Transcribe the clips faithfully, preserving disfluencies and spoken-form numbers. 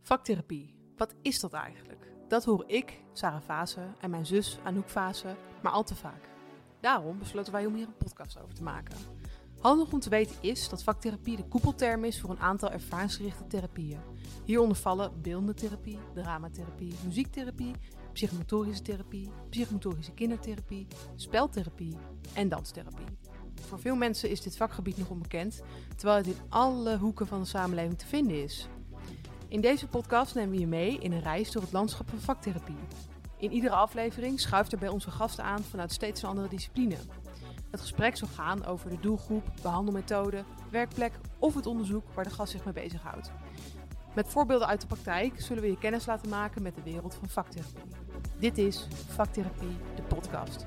Vaktherapie, wat is dat eigenlijk? Dat hoor ik, Sarah Vase, en mijn zus Anouk Vase, maar al te vaak. Daarom besloten wij om hier een podcast over te maken. Handig om te weten is dat vaktherapie de koepelterm is voor een aantal ervaringsgerichte therapieën. Hieronder vallen beeldende therapie, dramatherapie, muziektherapie, psychomotorische therapie, psychomotorische kindertherapie, speltherapie en danstherapie. Voor veel mensen is dit vakgebied nog onbekend, terwijl het in alle hoeken van de samenleving te vinden is. In deze podcast nemen we je mee in een reis door het landschap van vaktherapie. In iedere aflevering schuift er bij onze gasten aan vanuit steeds een andere discipline. Het gesprek zal gaan over de doelgroep, behandelmethode, werkplek of het onderzoek waar de gast zich mee bezighoudt. Met voorbeelden uit de praktijk zullen we je kennis laten maken met de wereld van vaktherapie. Dit is Vaktherapie, de podcast.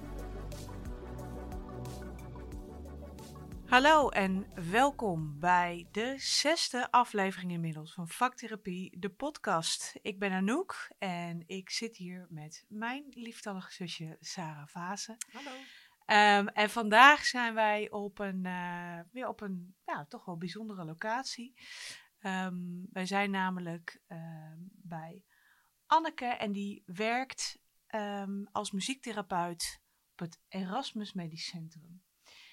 Hallo en welkom bij de zesde aflevering inmiddels van Vaktherapie, de podcast. Ik ben Anouk en ik zit hier met mijn lieftallige zusje Sarah Vase. Hallo. Um, en vandaag zijn wij op een, uh, weer op een ja, toch wel bijzondere locatie. Um, wij zijn namelijk uh, bij Anneke en die werkt um, als muziektherapeut op het Erasmus Medisch Centrum.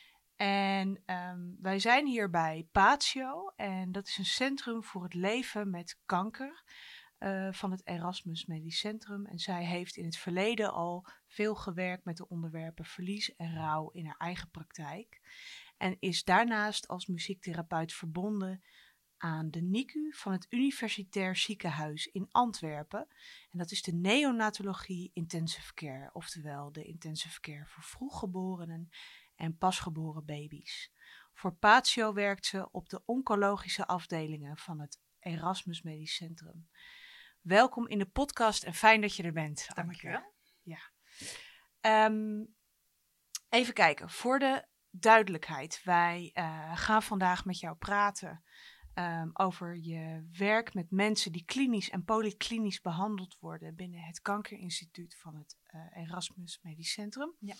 En um, wij zijn hier bij Patio en dat is een centrum voor het leven met kanker uh, van het Erasmus Medisch Centrum. En zij heeft in het verleden al veel gewerkt met de onderwerpen verlies en rouw in haar eigen praktijk. En is daarnaast als muziektherapeut verbonden aan de N I C U van het Universitair Ziekenhuis in Antwerpen. En dat is de neonatologie intensive care, oftewel de intensive care voor vroeggeborenen en pasgeboren baby's. Voor Patio werkt ze op de oncologische afdelingen van het Erasmus Medisch Centrum. Welkom in de podcast en fijn dat je er bent, Anneke. Dankjewel. Ja. Um, even kijken, voor de duidelijkheid. Wij uh, gaan vandaag met jou praten um, over je werk met mensen die klinisch en polyklinisch behandeld worden binnen het Kankerinstituut van het uh, Erasmus Medisch Centrum. Ja.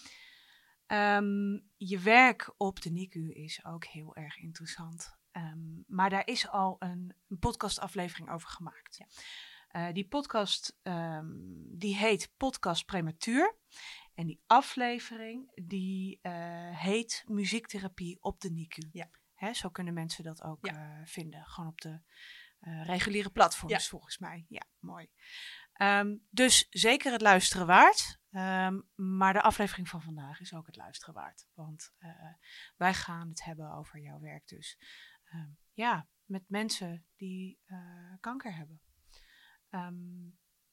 Um, je werk op de N I C U is ook heel erg interessant. Um, maar daar is al een, een podcastaflevering over gemaakt. Ja. Uh, die podcast um, die heet Podcast Prematuur. En die aflevering die uh, heet Muziektherapie op de N I C U. Ja. Hè, zo kunnen mensen dat ook ja. uh, vinden. Gewoon op de uh, reguliere platforms ja. volgens mij. Ja, mooi. Um, dus zeker het luisteren waard. Um, maar de aflevering van vandaag is ook het luisteren waard. Want uh, wij gaan het hebben over jouw werk dus. Um, ja, met mensen die uh, kanker hebben. Um,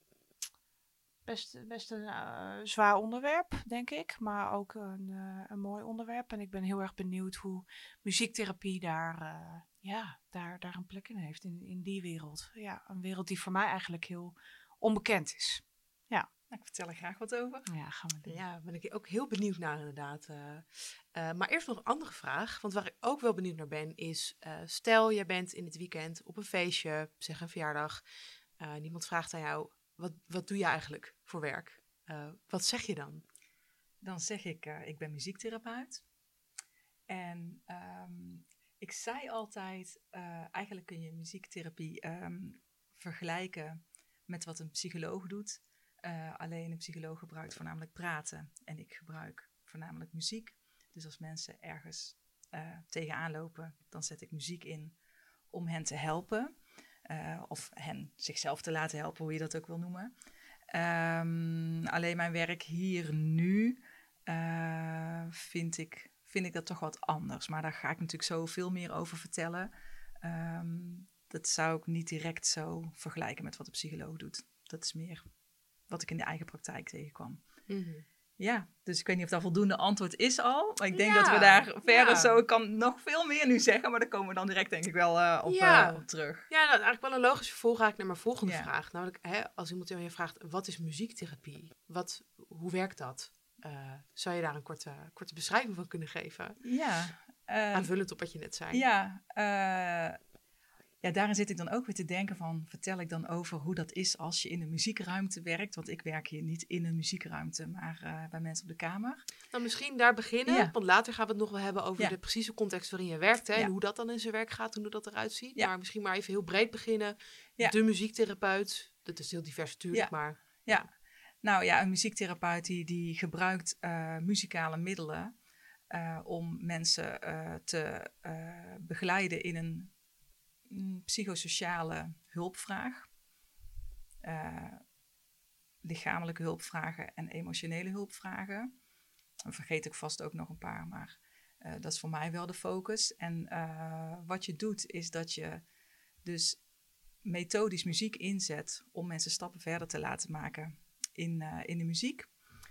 best, best een uh, zwaar onderwerp, denk ik. Maar ook een, uh, een mooi onderwerp. En ik ben heel erg benieuwd hoe muziektherapie daar, uh, ja, daar, daar een plek in heeft. In, in die wereld. Ja, een wereld die voor mij eigenlijk heel onbekend is. Ja. Ik vertel er graag wat over. Ja, gaan we doen. Ja, ben ik ook heel benieuwd naar inderdaad. Uh, uh, maar eerst nog een andere vraag. Want waar ik ook wel benieuwd naar ben is... Uh, stel, jij bent in het weekend op een feestje, zeg een verjaardag. Uh, niemand vraagt aan jou, wat, wat doe je eigenlijk voor werk? Uh, wat zeg je dan? Dan zeg ik, uh, ik ben muziektherapeut. En um, ik zei altijd, uh, eigenlijk kun je muziektherapie um, vergelijken met wat een psycholoog doet. Uh, alleen een psycholoog gebruikt voornamelijk praten en ik gebruik voornamelijk muziek. Dus als mensen ergens uh, tegenaan lopen, dan zet ik muziek in om hen te helpen. Uh, of hen zichzelf te laten helpen, hoe je dat ook wil noemen. Um, alleen mijn werk hier nu uh, vind ik, vind ik dat toch wat anders. Maar daar ga ik natuurlijk zo veel meer over vertellen. Um, dat zou ik niet direct zo vergelijken met wat een psycholoog doet. Dat is meer wat ik in de eigen praktijk tegenkwam. Mm-hmm. Ja, dus ik weet niet of dat voldoende antwoord is al. Maar ik denk ja, dat we daar verder ja. zo... Ik kan nog veel meer nu zeggen, maar daar komen we dan direct denk ik wel uh, op, ja. uh, op terug. Ja, nou, eigenlijk wel een logisch vervolg ga ik naar mijn volgende ja. vraag. Namelijk, hè, als iemand je vraagt, wat is muziektherapie? Wat, hoe werkt dat? Uh, zou je daar een korte, korte beschrijving van kunnen geven? Ja. Uh, Aanvullend op wat je net zei. Ja, uh, ja, daarin zit ik dan ook weer te denken van, vertel ik dan over hoe dat is als je in een muziekruimte werkt? Want ik werk hier niet in een muziekruimte, maar uh, bij mensen op de kamer. Nou, misschien daar beginnen, Ja. want later gaan we het nog wel hebben over Ja. de precieze context waarin je werkt. Hè, Ja. En hoe dat dan in zijn werk gaat en hoe dat eruit ziet. Ja. Maar misschien maar even heel breed beginnen. Ja. De muziektherapeut, dat is heel divers natuurlijk, Ja. maar... Ja, nou ja, een muziektherapeut die, die gebruikt uh, muzikale middelen uh, om mensen uh, te uh, begeleiden in een, een psychosociale hulpvraag. Uh, lichamelijke hulpvragen en emotionele hulpvragen. Dan vergeet ik vast ook nog een paar, maar uh, dat is voor mij wel de focus. En uh, wat je doet is dat je dus methodisch muziek inzet om mensen stappen verder te laten maken in, uh, in de muziek.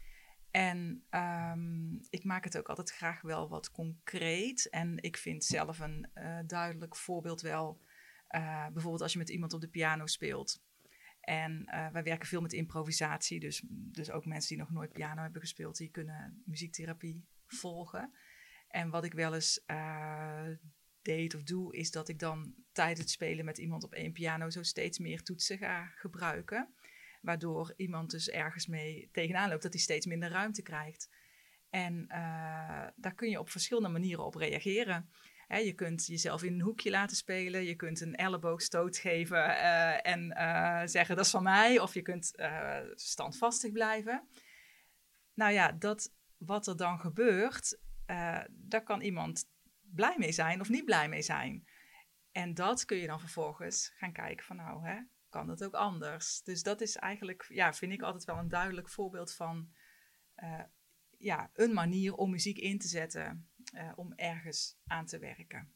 En um, ik maak het ook altijd graag wel wat concreet. En ik vind zelf een uh, duidelijk voorbeeld wel, uh, bijvoorbeeld als je met iemand op de piano speelt. En uh, wij werken veel met improvisatie, dus, dus ook mensen die nog nooit piano hebben gespeeld, die kunnen muziektherapie volgen. En wat ik wel eens uh, deed of doe, is dat ik dan tijdens het spelen met iemand op één piano zo steeds meer toetsen ga gebruiken. Waardoor iemand dus ergens mee tegenaan loopt, dat hij steeds minder ruimte krijgt. En uh, daar kun je op verschillende manieren op reageren. He, je kunt jezelf in een hoekje laten spelen. Je kunt een elleboogstoot geven uh, en uh, zeggen dat is van mij. Of je kunt uh, standvastig blijven. Nou ja, dat, wat er dan gebeurt, uh, daar kan iemand blij mee zijn of niet blij mee zijn. En dat kun je dan vervolgens gaan kijken van nou, hè, kan dat ook anders? Dus dat is eigenlijk, ja, vind ik altijd wel een duidelijk voorbeeld van uh, ja, een manier om muziek in te zetten. Uh, om ergens aan te werken.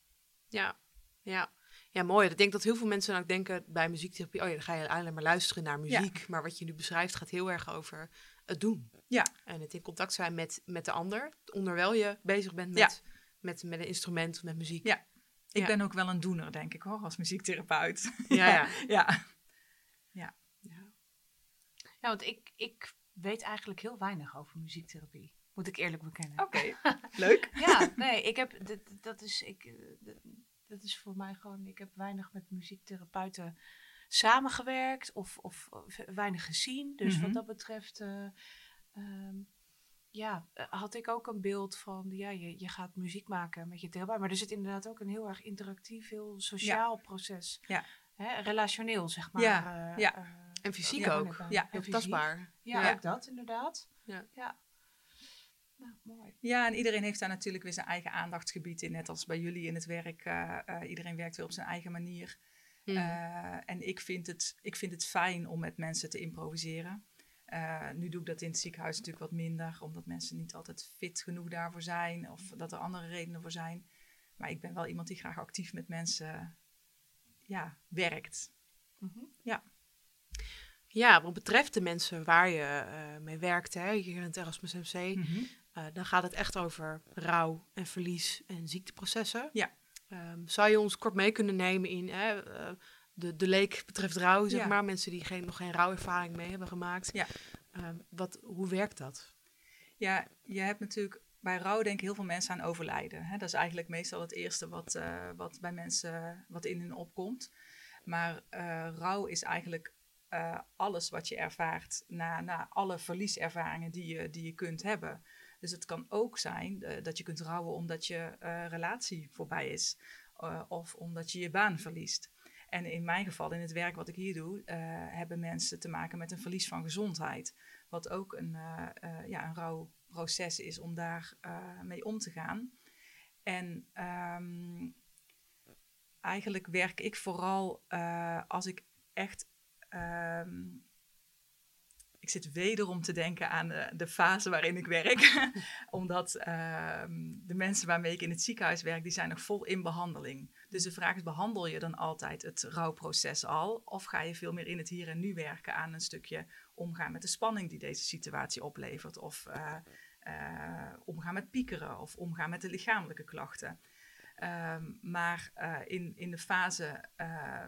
Ja, ja. Ja, mooi. Ik denk dat heel veel mensen ook denken bij muziektherapie, oh ja, dan ga je alleen maar luisteren naar muziek. Ja. Maar wat je nu beschrijft gaat heel erg over het doen. Ja. En het in contact zijn met, met de ander, onderwijl je bezig bent met, ja. met, met een instrument, met muziek. Ja, ik ja. ben ook wel een doener, denk ik hoor, als muziektherapeut. Ja, ja. ja. ja. ja. ja want ik, ik weet eigenlijk heel weinig over muziektherapie. Moet ik eerlijk bekennen. Oké, okay. Leuk. Ja, nee, ik heb, dat, dat, is, ik, dat is voor mij gewoon, ik heb weinig met muziektherapeuten samengewerkt of, of, of weinig gezien. Dus mm-hmm. wat dat betreft, uh, um, ja, had ik ook een beeld van, ja, je, je gaat muziek maken met je therapeut. Maar er zit inderdaad ook een heel erg interactief, heel sociaal ja. proces. Ja. Hè, relationeel, zeg maar. Ja, uh, ja. Uh, en fysiek ja. ook. Ja, heel tastbaar. Ja, ja, ook dat inderdaad. Ja. ja. Nou, mooi. Ja, en iedereen heeft daar natuurlijk weer zijn eigen aandachtsgebied in. Net als bij jullie in het werk. Uh, uh, iedereen werkt weer op zijn eigen manier. Mm. Uh, en ik vind, het, ik vind het fijn om met mensen te improviseren. Uh, nu doe ik dat in het ziekenhuis natuurlijk wat minder. Omdat mensen niet altijd fit genoeg daarvoor zijn. Of dat er andere redenen voor zijn. Maar ik ben wel iemand die graag actief met mensen ja, werkt. Mm-hmm. Ja. Ja, wat betreft de mensen waar je uh, mee werkt, hè, hier in het Erasmus M C, Mm-hmm. uh, dan gaat het echt over rouw en verlies en ziekteprocessen. Ja. Um, zou je ons kort mee kunnen nemen in hè, uh, de, de leek betreft rouw, zeg ja. maar, mensen die geen, nog geen rouwervaring mee hebben gemaakt. Ja. Um, wat, hoe werkt dat? Ja, je hebt natuurlijk bij rouw denk ik heel veel mensen aan overlijden. Hè? Dat is eigenlijk meestal het eerste wat, uh, wat bij mensen wat in hun opkomt. Maar uh, rouw is eigenlijk Uh, alles wat je ervaart na, na alle verlieservaringen die je, die je kunt hebben. Dus het kan ook zijn uh, dat je kunt rouwen omdat je uh, relatie voorbij is. Uh, of omdat je je baan verliest. En in mijn geval, in het werk wat ik hier doe, uh, hebben mensen te maken met een verlies van gezondheid. Wat ook een, uh, uh, ja, een rouwproces is om daar uh, mee om te gaan. En um, eigenlijk werk ik vooral uh, als ik echt Um, ik zit wederom te denken aan de, de fase waarin ik werk. Omdat um, de mensen waarmee ik in het ziekenhuis werk, die zijn nog vol in behandeling. Dus de vraag is, behandel je dan altijd het rouwproces al? Of ga je veel meer in het hier en nu werken aan een stukje omgaan met de spanning die deze situatie oplevert? Of uh, uh, omgaan met piekeren of omgaan met de lichamelijke klachten? Um, maar uh, in, in de fase Uh,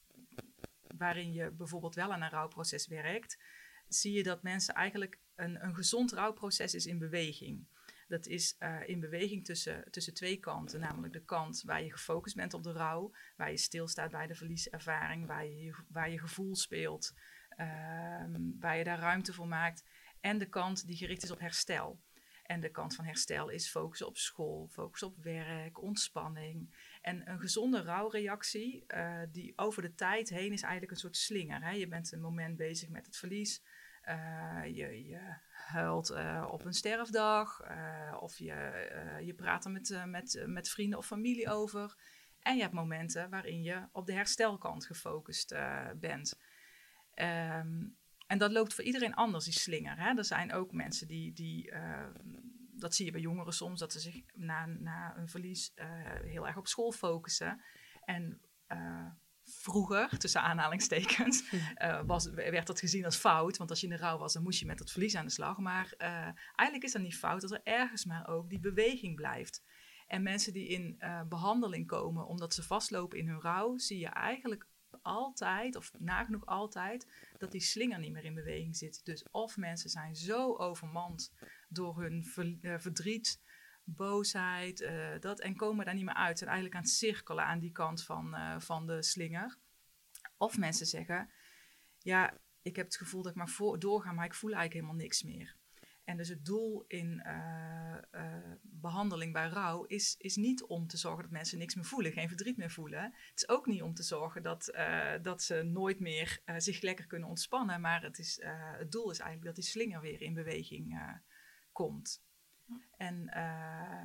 waarin je bijvoorbeeld wel aan een rouwproces werkt, zie je dat mensen eigenlijk een, een gezond rouwproces is in beweging. Dat is uh, in beweging tussen, tussen twee kanten. Namelijk de kant waar je gefocust bent op de rouw. Waar je stilstaat bij de verlieservaring. Waar je, waar je gevoel speelt. Uh, waar je daar ruimte voor maakt. En de kant die gericht is op herstel. En de kant van herstel is focussen op school, focussen op werk, ontspanning. En een gezonde rouwreactie, uh, die over de tijd heen is eigenlijk een soort slinger. Hè? Je bent een moment bezig met het verlies. Uh, je, je huilt uh, op een sterfdag. Uh, of je, uh, je praat er met, uh, met, uh, met vrienden of familie over. En je hebt momenten waarin je op de herstelkant gefocust uh, bent. Um, En dat loopt voor iedereen anders, die slinger. Hè? Er zijn ook mensen die, die uh, dat zie je bij jongeren soms, dat ze zich na, na een verlies uh, heel erg op school focussen. En uh, vroeger, tussen aanhalingstekens, uh, was, werd dat gezien als fout. Want als je in de rouw was, dan moest je met dat verlies aan de slag. Maar uh, eigenlijk is dat niet fout, dat er ergens maar ook die beweging blijft. En mensen die in uh, behandeling komen omdat ze vastlopen in hun rouw, zie je eigenlijk altijd, of nagenoeg altijd, dat die slinger niet meer in beweging zit. Dus of mensen zijn zo overmand door hun ver, uh, verdriet, boosheid, uh, dat, en komen daar niet meer uit. Zijn eigenlijk aan het cirkelen aan die kant van, uh, van de slinger. Of mensen zeggen, ja, ik heb het gevoel dat ik maar voor, doorga, maar ik voel eigenlijk helemaal niks meer. En dus het doel in uh, uh, behandeling bij rouw is, is niet om te zorgen dat mensen niks meer voelen, geen verdriet meer voelen. Het is ook niet om te zorgen dat, uh, dat ze nooit meer uh, zich lekker kunnen ontspannen. Maar het, is, uh, het doel is eigenlijk dat die slinger weer in beweging uh, komt. Hm. En uh,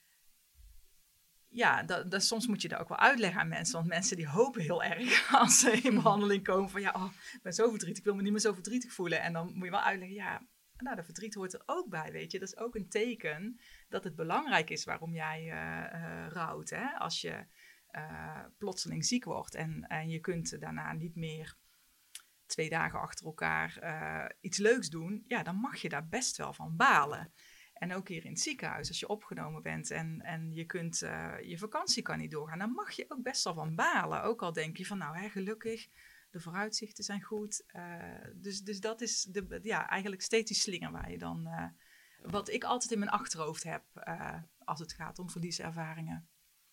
ja, dat, dat, soms moet je dat ook wel uitleggen aan mensen. Want mensen die hopen heel erg als ze in behandeling komen van ja, oh, ik ben zo verdrietig, ik wil me niet meer zo verdrietig voelen. En dan moet je wel uitleggen, ja, nou, de verdriet hoort er ook bij, weet je. Dat is ook een teken dat het belangrijk is waarom jij uh, uh, rouwt. Hè? Als je uh, plotseling ziek wordt en, en je kunt daarna niet meer twee dagen achter elkaar uh, iets leuks doen, ja, dan mag je daar best wel van balen. En ook hier in het ziekenhuis, als je opgenomen bent en, en je, kunt, uh, je vakantie kan niet doorgaan, dan mag je ook best wel van balen. Ook al denk je van, nou, hè, gelukkig, de vooruitzichten zijn goed. Uh, dus, dus dat is de, ja, eigenlijk steeds die slinger waar je dan, uh, wat ik altijd in mijn achterhoofd heb uh, als het gaat om verlieservaringen.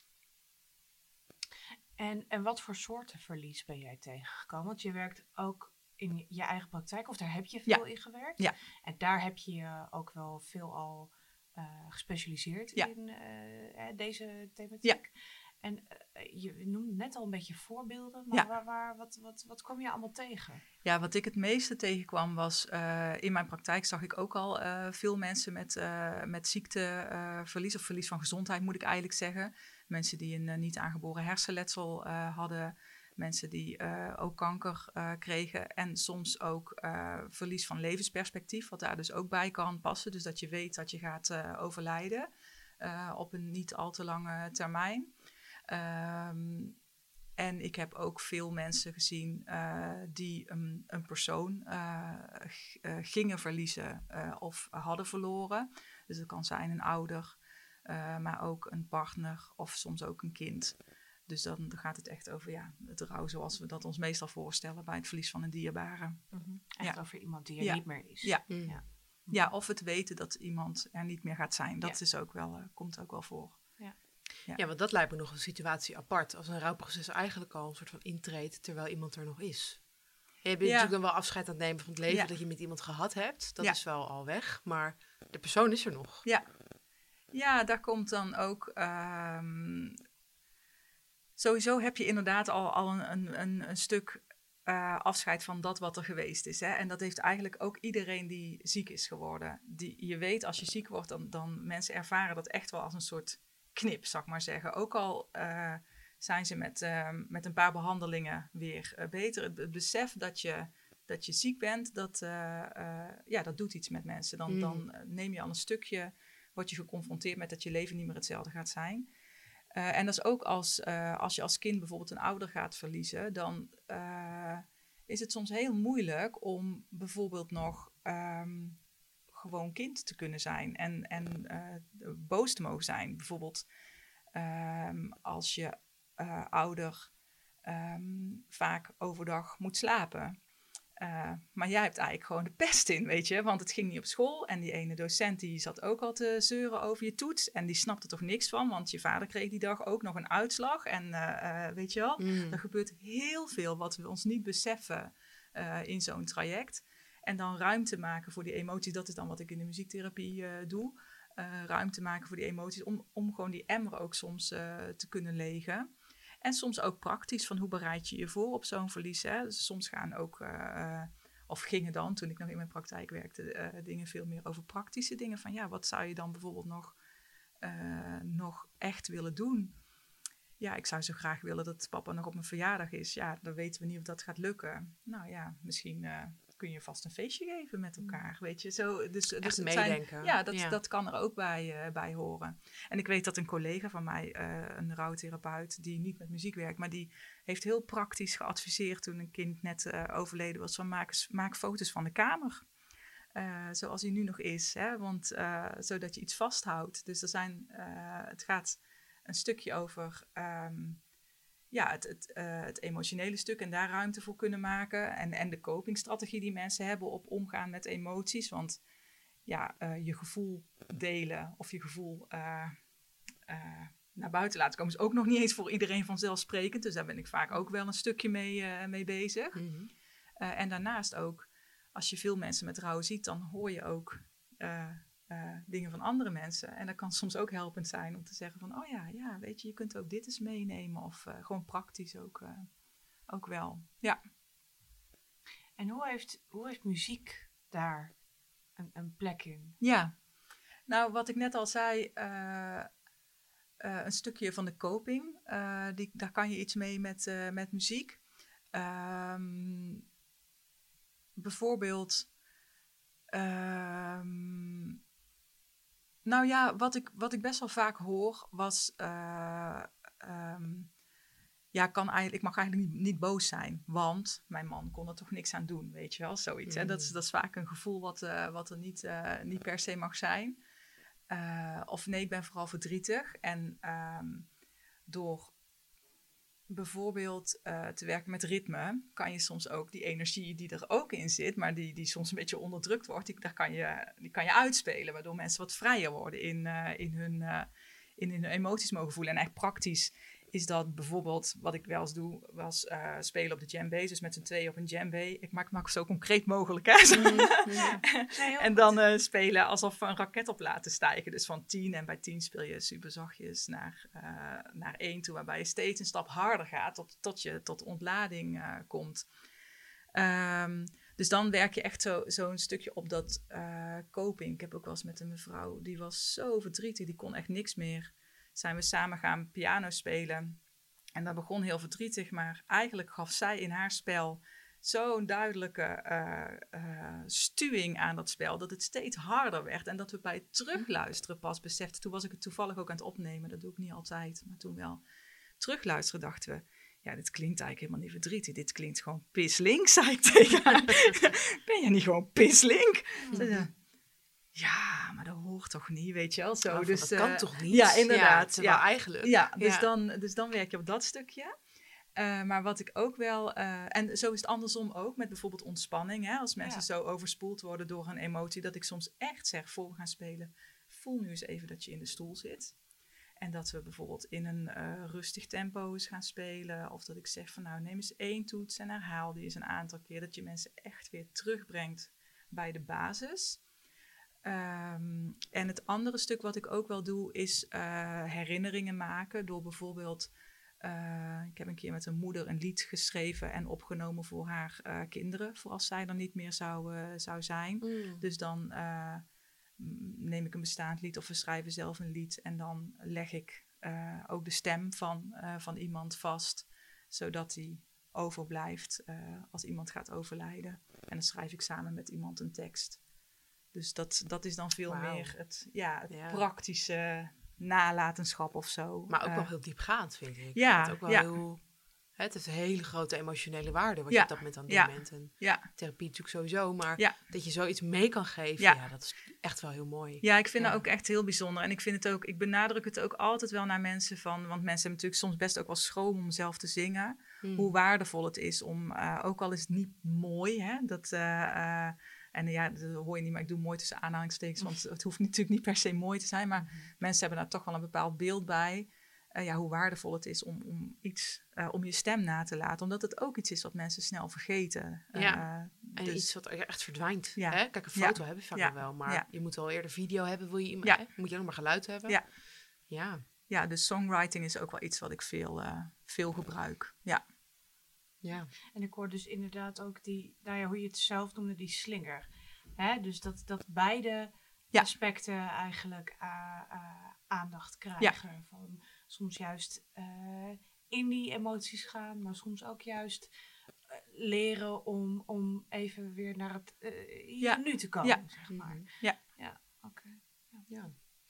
En, en wat voor soorten verlies ben jij tegengekomen? Want je werkt ook in je eigen praktijk, of daar heb je veel ja. in gewerkt. Ja. En daar heb je je ook wel veel al uh, gespecialiseerd ja. in uh, deze thematiek. Ja. En uh, je noemde net al een beetje voorbeelden, maar ja. waar, waar, wat, wat, wat kom je allemaal tegen? Ja, wat ik het meeste tegenkwam was, uh, in mijn praktijk zag ik ook al uh, veel mensen met, uh, met ziekteverlies uh, of verlies van gezondheid, moet ik eigenlijk zeggen. Mensen die een uh, niet aangeboren hersenletsel uh, hadden, mensen die uh, ook kanker uh, kregen en soms ook uh, verlies van levensperspectief, wat daar dus ook bij kan passen. Dus dat je weet dat je gaat uh, overlijden uh, op een niet al te lange termijn. Um, en ik heb ook veel mensen gezien uh, die een, een persoon uh, g- uh, gingen verliezen uh, of hadden verloren. Dus dat kan zijn een ouder, uh, maar ook een partner of soms ook een kind. Dus dan gaat het echt over ja, het rouw zoals we dat ons meestal voorstellen bij het verlies van een dierbare. Mm-hmm. Echt ja. over iemand die er ja. niet meer is. Ja. Mm. Ja. ja, of het weten dat iemand er niet meer gaat zijn. Dat ja. is ook wel, uh, komt ook wel voor. Ja. Ja. ja, want dat lijkt me nog een situatie apart. Als een rouwproces eigenlijk al een soort van intreedt terwijl iemand er nog is. Je bent ja. natuurlijk dan wel afscheid aan het nemen van het leven ja. dat je met iemand gehad hebt. Dat ja. is wel al weg, maar de persoon is er nog. Ja, ja daar komt dan ook... Um, sowieso heb je inderdaad al, al een, een, een stuk uh, afscheid van dat wat er geweest is. Hè? En dat heeft eigenlijk ook iedereen die ziek is geworden. Die, je weet, als je ziek wordt, dan, dan mensen ervaren dat echt wel als een soort... knip, zal ik maar zeggen. Ook al uh, zijn ze met, uh, met een paar behandelingen weer uh, beter. Het, het besef dat je, dat je ziek bent, dat, uh, uh, ja, dat doet iets met mensen. Dan, mm. dan neem je al een stukje, word je geconfronteerd met dat je leven niet meer hetzelfde gaat zijn. Uh, en dat is ook als, uh, als je als kind bijvoorbeeld een ouder gaat verliezen, dan uh, is het soms heel moeilijk om bijvoorbeeld nog... Um, gewoon kind te kunnen zijn en, en uh, boos te mogen zijn. Bijvoorbeeld um, als je uh, ouder um, vaak overdag moet slapen. Uh, maar jij hebt eigenlijk gewoon de pest in, weet je. Want het ging niet op school. En die ene docent die zat ook al te zeuren over je toets. En die snapte toch niks van. Want je vader kreeg die dag ook nog een uitslag. En uh, uh, weet je wel, mm. er gebeurt heel veel wat we ons niet beseffen uh, in zo'n traject. En dan ruimte maken voor die emoties. Dat is dan wat ik in de muziektherapie uh, doe. Uh, ruimte maken voor die emoties. Om, om gewoon die emmer ook soms uh, te kunnen legen. En soms ook praktisch, van hoe bereid je je voor op zo'n verlies. Hè? Dus soms gaan ook, uh, of gingen dan, toen ik nog in mijn praktijk werkte, uh, dingen veel meer over praktische dingen. Van ja, wat zou je dan bijvoorbeeld nog, uh, nog echt willen doen? Ja, ik zou zo graag willen dat papa nog op mijn verjaardag is. Ja, dan weten we niet of dat gaat lukken. Nou ja, misschien uh, kun je vast een feestje geven met elkaar, weet je. Zo, dus, echt dus het meedenken. Zijn, ja, dat, ja, dat kan er ook bij, uh, bij horen. En ik weet dat een collega van mij, uh, een rouwtherapeut, die niet met muziek werkt, maar die heeft heel praktisch geadviseerd toen een kind net uh, overleden was, van maak, maak foto's van de kamer. Uh, zoals die nu nog is, hè? Want uh, zodat je iets vasthoudt. Dus er zijn, uh, het gaat een stukje over um, ja, het, het, uh, het emotionele stuk en daar ruimte voor kunnen maken. En, en de copingstrategie die mensen hebben op omgaan met emoties. Want ja, uh, je gevoel delen of je gevoel uh, uh, naar buiten laten komen is ook nog niet eens voor iedereen vanzelfsprekend. Dus daar ben ik vaak ook wel een stukje mee, uh, mee bezig. Mm-hmm. Uh, en daarnaast ook, als je veel mensen met rouw ziet, dan hoor je ook Uh, Uh, dingen van andere mensen. En dat kan soms ook helpend zijn om te zeggen van, oh ja, ja, weet je, je kunt ook dit eens meenemen. Of uh, gewoon praktisch ook, uh, ook wel. Ja. En hoe heeft, hoe heeft muziek daar een, een plek in? Ja. Nou, wat ik net al zei, uh, uh, een stukje van de coping. Uh, die, daar kan je iets mee met, uh, met muziek. Um, bijvoorbeeld Um, Nou ja, wat ik, wat ik best wel vaak hoor was, uh, um, ja, kan eigenlijk, ik mag eigenlijk niet, niet boos zijn, want mijn man kon er toch niks aan doen, weet je wel, zoiets. Mm. Hè? Dat, is, dat is vaak een gevoel wat, uh, wat er niet, uh, niet per se mag zijn. Uh, of nee, ik ben vooral verdrietig. En um, door bijvoorbeeld uh, te werken met ritme, kan je soms ook die energie die er ook in zit, maar die, die soms een beetje onderdrukt wordt, die, daar kan je, die kan je uitspelen, waardoor mensen wat vrijer worden in, uh, in, hun, uh, in hun emoties mogen voelen. En echt praktisch is dat bijvoorbeeld, wat ik wel eens doe, was uh, spelen op de djembe, dus met z'n tweeën op een djembe. Ik maak het maar zo concreet mogelijk, hè. Mm, ja. En dan uh, spelen alsof we een raket op laten stijgen. Dus van tien, en bij tien speel je super zachtjes naar, uh, naar één toe, waarbij je steeds een stap harder gaat, tot, tot je tot ontlading uh, komt. Um, dus dan werk je echt zo, zo'n stukje op dat uh, coping. Ik heb ook wel eens met een mevrouw, die was zo verdrietig, die kon echt niks meer. Zijn we samen gaan piano spelen. En dat begon heel verdrietig, maar eigenlijk gaf zij in haar spel zo'n duidelijke uh, uh, stuwing aan dat spel, dat het steeds harder werd. En dat we bij het terugluisteren pas beseften, toen was ik het toevallig ook aan het opnemen, dat doe ik niet altijd, maar toen wel. Terugluisteren dachten we, ja, dit klinkt eigenlijk helemaal niet verdrietig, dit klinkt gewoon pislink, zei ik tegen haar. Ben je niet gewoon pislink? Mm-hmm. Ja, maar dat hoort toch niet, weet je wel. Zo. Oh, dus, dat kan uh, toch niet? Ja, inderdaad. Ja, ja. eigenlijk. Ja, dus, ja. Dan, dus dan werk je op dat stukje. Uh, maar wat ik ook wel... Uh, en zo is het andersom ook, met bijvoorbeeld ontspanning. Hè? Als mensen ja. zo overspoeld worden door een emotie, dat ik soms echt zeg, voor we gaan spelen, voel nu eens even dat je in de stoel zit. En dat we bijvoorbeeld in een uh, rustig tempo eens gaan spelen. Of dat ik zeg van, nou, neem eens één toets en herhaal die eens een aantal keer. Dat je mensen echt weer terugbrengt bij de basis. Um, en het andere stuk wat ik ook wel doe, is uh, herinneringen maken. Door bijvoorbeeld, uh, ik heb een keer met een moeder een lied geschreven en opgenomen voor haar uh, kinderen. Voor als zij er niet meer zou, uh, zou zijn. Mm. Dus dan uh, neem ik een bestaand lied of we schrijven zelf een lied. En dan leg ik uh, ook de stem van, uh, van iemand vast. Zodat die overblijft uh, als iemand gaat overlijden. En dan schrijf ik samen met iemand een tekst. Dus dat, dat is dan veel wow. meer het, ja, het ja. praktische nalatenschap of zo. Maar ook uh, wel heel diepgaand, vind ik. Ja, het, ook wel ja. heel, het is een hele grote emotionele waarde wat ja. je op dat moment aan het ja. doen bent. En ja. therapie natuurlijk sowieso, maar ja. dat je zoiets mee kan geven, ja. ja, dat is echt wel heel mooi. Ja, ik vind ja. dat ook echt heel bijzonder. En ik vind het ook, ik benadruk het ook altijd wel naar mensen van, want mensen hebben natuurlijk soms best ook wel schroom om zelf te zingen. Mm. hoe waardevol het is om, uh, ook al is het niet mooi, hè, dat, uh, uh, en ja, dat hoor je niet, maar ik doe mooi tussen aanhalingstekens, want het hoeft natuurlijk niet per se mooi te zijn, maar Mhm. mensen hebben daar toch wel een bepaald beeld bij, uh, ja, hoe waardevol het is om, om iets, uh, om je stem na te laten, omdat het ook iets is wat mensen snel vergeten. Ja. Uh, En dus, iets wat echt verdwijnt. Ja. Hè? Kijk, een foto Ja. heb je vaak Ja. nog wel, maar Ja. je moet wel eerder video hebben, wil je iemand, Ja. hè? Moet je ook maar geluid hebben. Ja. Ja. Ja, dus songwriting is ook wel iets wat ik veel, uh, veel gebruik. Ja. Ja. En ik hoor dus inderdaad ook die, nou ja, hoe je het zelf noemde, die slinger. Hè? Dus dat, dat beide Ja. aspecten eigenlijk uh, uh, aandacht krijgen. Ja. Van soms juist uh, in die emoties gaan, maar soms ook juist uh, leren om, om even weer naar het uh, hier Ja. en nu te komen, Ja. zeg maar. Ja. Ja, oké. Okay. Ja. Ja.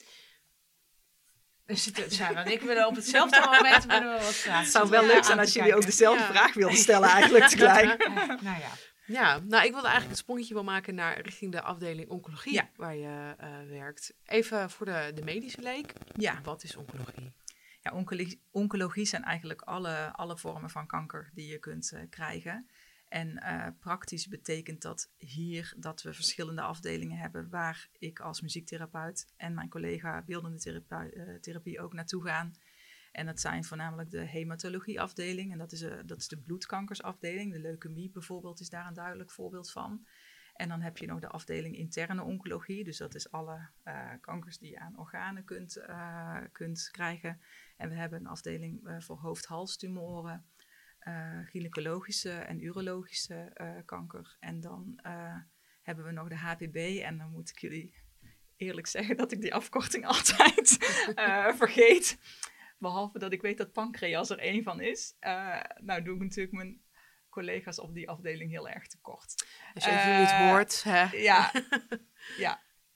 We zitten, Sarah en ik willen op hetzelfde moment willen we wat praten. Het zou wel Ja, leuk zijn aan als te jullie ook kijken. dezelfde Ja. vraag wilden stellen eigenlijk tegelijk. Uh, nou ja. Ja, nou, ik wilde eigenlijk een sprongetje wel maken naar richting de afdeling oncologie, Ja. waar je uh, werkt. Even voor de, de medische leek. Ja. Wat is oncologie? Ja, oncologie, oncologie zijn eigenlijk alle, alle vormen van kanker die je kunt uh, krijgen. En uh, praktisch betekent dat hier dat we verschillende afdelingen hebben waar ik als muziektherapeut en mijn collega beeldende therapie, uh, therapie ook naartoe gaan. En dat zijn voornamelijk de hematologieafdeling en dat is, uh, dat is de bloedkankersafdeling. De leukemie bijvoorbeeld is daar een duidelijk voorbeeld van. En dan heb je nog de afdeling interne oncologie. Dus dat is alle uh, kankers die je aan organen kunt, uh, kunt krijgen. En we hebben een afdeling uh, voor hoofd-halstumoren, uh, gynaecologische en urologische uh, kanker. En dan uh, hebben we nog de H P V. En dan moet ik jullie eerlijk zeggen dat ik die afkorting altijd uh, vergeet. Behalve dat ik weet dat pancreas er één van is. Uh, nou doe ik natuurlijk mijn collega's op die afdeling heel erg tekort. Als je even uh, het hoort. Hè? Ja, ja.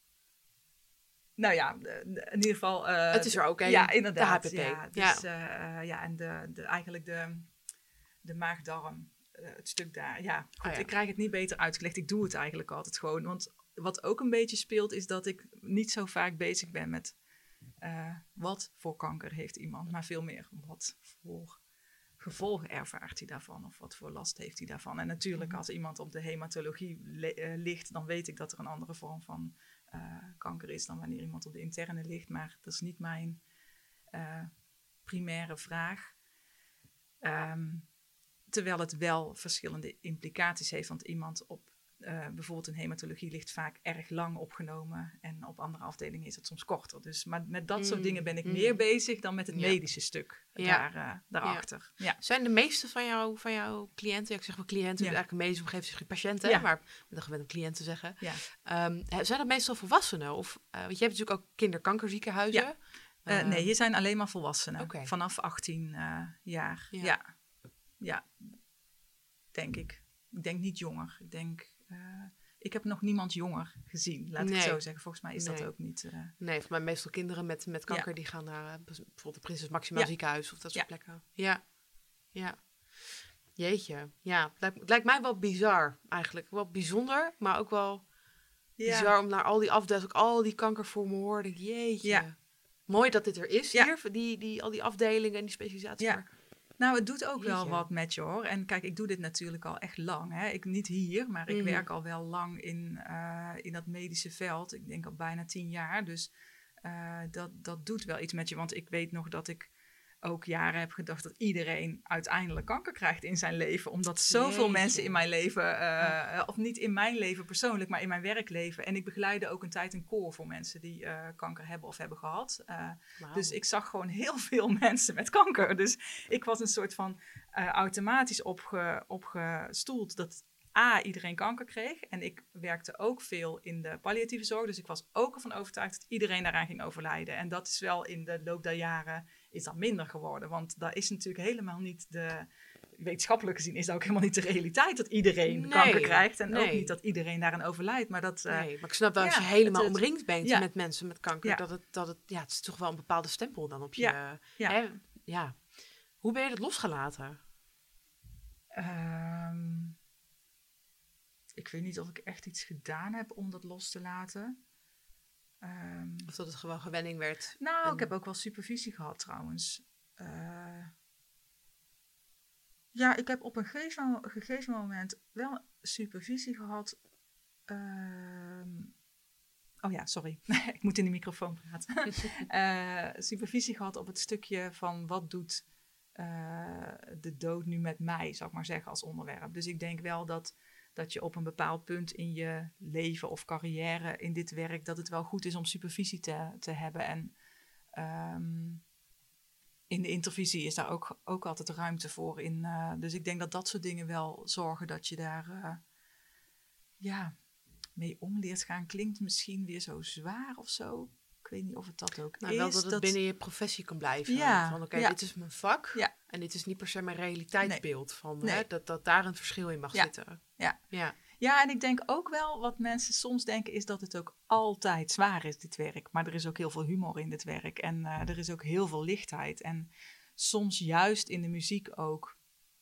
Nou ja, de, de, in ieder geval... Uh, het is er ook een. Ja, inderdaad. De H P V. Ja, dus, ja. Uh, ja en de, de, eigenlijk de, de maag-darm, uh, het stuk daar. Ja, goed, oh ja. Ik krijg het niet beter uitgelegd. Ik doe het eigenlijk altijd gewoon. Want wat ook een beetje speelt, is dat ik niet zo vaak bezig ben met... Uh, wat voor kanker heeft iemand, maar veel meer wat voor gevolgen ervaart hij daarvan of wat voor last heeft hij daarvan. En natuurlijk als iemand op de hematologie le- uh, ligt, dan weet ik dat er een andere vorm van uh, kanker is dan wanneer iemand op de interne ligt, maar dat is niet mijn uh, primaire vraag. Um, terwijl het wel verschillende implicaties heeft, want iemand op Uh, bijvoorbeeld in hematologie ligt vaak erg lang opgenomen en op andere afdelingen is het soms korter. Dus, maar met dat mm, soort dingen ben ik mm. meer bezig dan met het ja. medische stuk ja. daar, uh, daarachter. Ja. Ja. Zijn de meeste van, jou, van jouw cliënten, ja, ik zeg maar cliënten, ja. eigenlijk een medisch omgeving zeg je patiënten, ja. maar ik ben gewend om cliënten te zeggen. Ja. Um, zijn dat meestal volwassenen? Of, uh, want je hebt natuurlijk ook kinderkankerziekenhuizen. Ja. Uh, uh, nee, hier zijn alleen maar volwassenen. Okay. Vanaf achttien uh, jaar. Ja. Ja. ja, denk ik. Ik denk niet jonger. Ik denk... Uh, ik heb nog niemand jonger gezien, laat nee. ik het zo zeggen. Volgens mij is nee. dat ook niet... Uh... Nee, volgens mij meestal kinderen met, met kanker... Ja. die gaan naar uh, bijvoorbeeld de Prinses Maxima ja. ziekenhuis... of dat soort ja. plekken. Ja, ja. Jeetje. Ja, het lijkt, het lijkt mij wel bizar eigenlijk. Wel bijzonder, maar ook wel ja. bizar... om naar al die afdelingen, al die kankervormen hoor. Denk, jeetje. Ja. Mooi dat dit er is ja. hier, die, die, al die afdelingen en die specialisatie. Ja. Maar... Nou, het doet ook Jeetje. wel wat met je hoor. En kijk, ik doe dit natuurlijk al echt lang. Hè. Ik, niet hier, maar ik mm-hmm. werk al wel lang in, uh, in dat medische veld. Ik denk al bijna tien jaar. Dus uh, dat, dat doet wel iets met je. Want ik weet nog dat ik ook jaren heb gedacht dat iedereen uiteindelijk kanker krijgt in zijn leven. Omdat zoveel Jeetje. mensen in mijn leven, uh, ja. of niet in mijn leven persoonlijk, maar in mijn werkleven. En ik begeleide ook een tijd een koor voor mensen die uh, kanker hebben of hebben gehad. Uh, wow. Dus ik zag gewoon heel veel mensen met kanker. Dus ik was een soort van uh, automatisch opge, opgestoeld dat A, iedereen kanker kreeg. En ik werkte ook veel in de palliatieve zorg. Dus ik was ook ervan overtuigd dat iedereen daaraan ging overlijden. En dat is wel in de loop der jaren is dat minder geworden. Want dat is natuurlijk helemaal niet de... Wetenschappelijk gezien is dat ook helemaal niet de realiteit dat iedereen nee, kanker krijgt. En nee. ook niet dat iedereen daaraan overlijdt. Maar, dat, uh, nee, maar ik snap wel, als ja, je helemaal het, omringd bent ja. met mensen met kanker... Ja. Dat, het, dat het, ja, het is toch wel een bepaalde stempel dan op je... Ja. Ja. Hè? Ja. Hoe ben je dat losgelaten? Um, ik weet niet of ik echt iets gedaan heb om dat los te laten. Um, of dat het gewoon gewenning werd. Nou, en... ik heb ook wel supervisie gehad trouwens. Uh, Ja, ik heb op een gegeven, gegeven moment wel supervisie gehad. Uh, oh ja, sorry. Ik moet in de microfoon praten. uh, supervisie gehad op het stukje van wat doet uh, de dood nu met mij, zou ik maar zeggen, als onderwerp. Dus ik denk wel dat, dat je op een bepaald punt in je leven of carrière in dit werk, dat het wel goed is om supervisie te, te hebben. En um, in de intervisie is daar ook, ook altijd ruimte voor. In, uh, dus ik denk dat dat soort dingen wel zorgen dat je daar uh, ja, mee om leert gaan. Klinkt misschien weer zo zwaar of zo. Ik weet niet of het dat ook nou, is. Wel dat het dat... binnen je professie kan blijven. Ja, van oké, okay, ja. dit is mijn vak. Ja. En dit is niet per se mijn realiteitsbeeld. Nee. Van, Nee. Hè, dat, dat daar een verschil in mag ja. zitten. Ja. Ja. Ja, en ik denk ook wel, wat mensen soms denken, is dat het ook altijd zwaar is, dit werk. Maar er is ook heel veel humor in dit werk. En uh, er is ook heel veel lichtheid. En soms juist in de muziek ook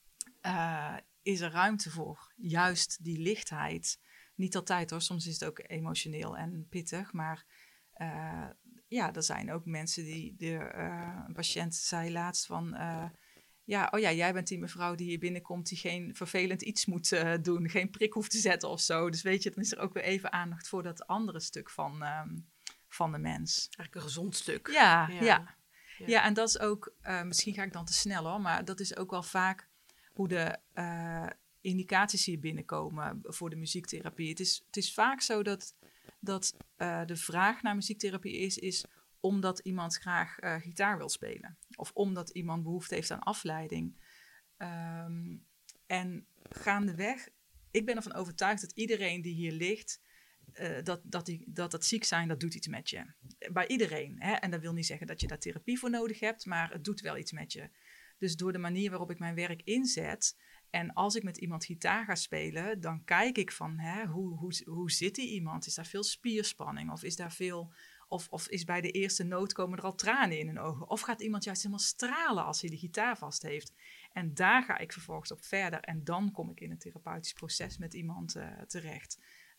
uh, is er ruimte voor. Juist die lichtheid. Niet altijd hoor, soms is het ook emotioneel en pittig. Maar uh, ja, er zijn ook mensen die, de, uh, een patiënt zei laatst van... Uh, Ja, oh ja, jij bent die mevrouw die hier binnenkomt die geen vervelend iets moet uh, doen, geen prik hoeft te zetten of zo. Dus weet je, dan is er ook weer even aandacht voor dat andere stuk van, um, van de mens. Eigenlijk een gezond stuk. Ja, ja. ja. ja. ja en dat is ook, uh, misschien ga ik dan te snel hoor, maar dat is ook wel vaak hoe de uh, indicaties hier binnenkomen voor de muziektherapie. Het is, het is vaak zo dat, dat uh, de vraag naar muziektherapie is, is omdat iemand graag uh, gitaar wil spelen. Of omdat iemand behoefte heeft aan afleiding. Um, en gaandeweg, ik ben ervan overtuigd dat iedereen die hier ligt, uh, dat, dat, die, dat dat ziek zijn, dat doet iets met je. Bij iedereen. Hè? En dat wil niet zeggen dat je daar therapie voor nodig hebt, maar het doet wel iets met je. Dus door de manier waarop ik mijn werk inzet, en als ik met iemand gitaar ga spelen, dan kijk ik van, hè, hoe, hoe, hoe zit die iemand? Is daar veel spierspanning? Of is daar veel... Of, of is bij de eerste noot komen er al tranen in hun ogen? Of gaat iemand juist helemaal stralen als hij de gitaar vast heeft? En daar ga ik vervolgens op verder. En dan kom ik in een therapeutisch proces met iemand uh, terecht.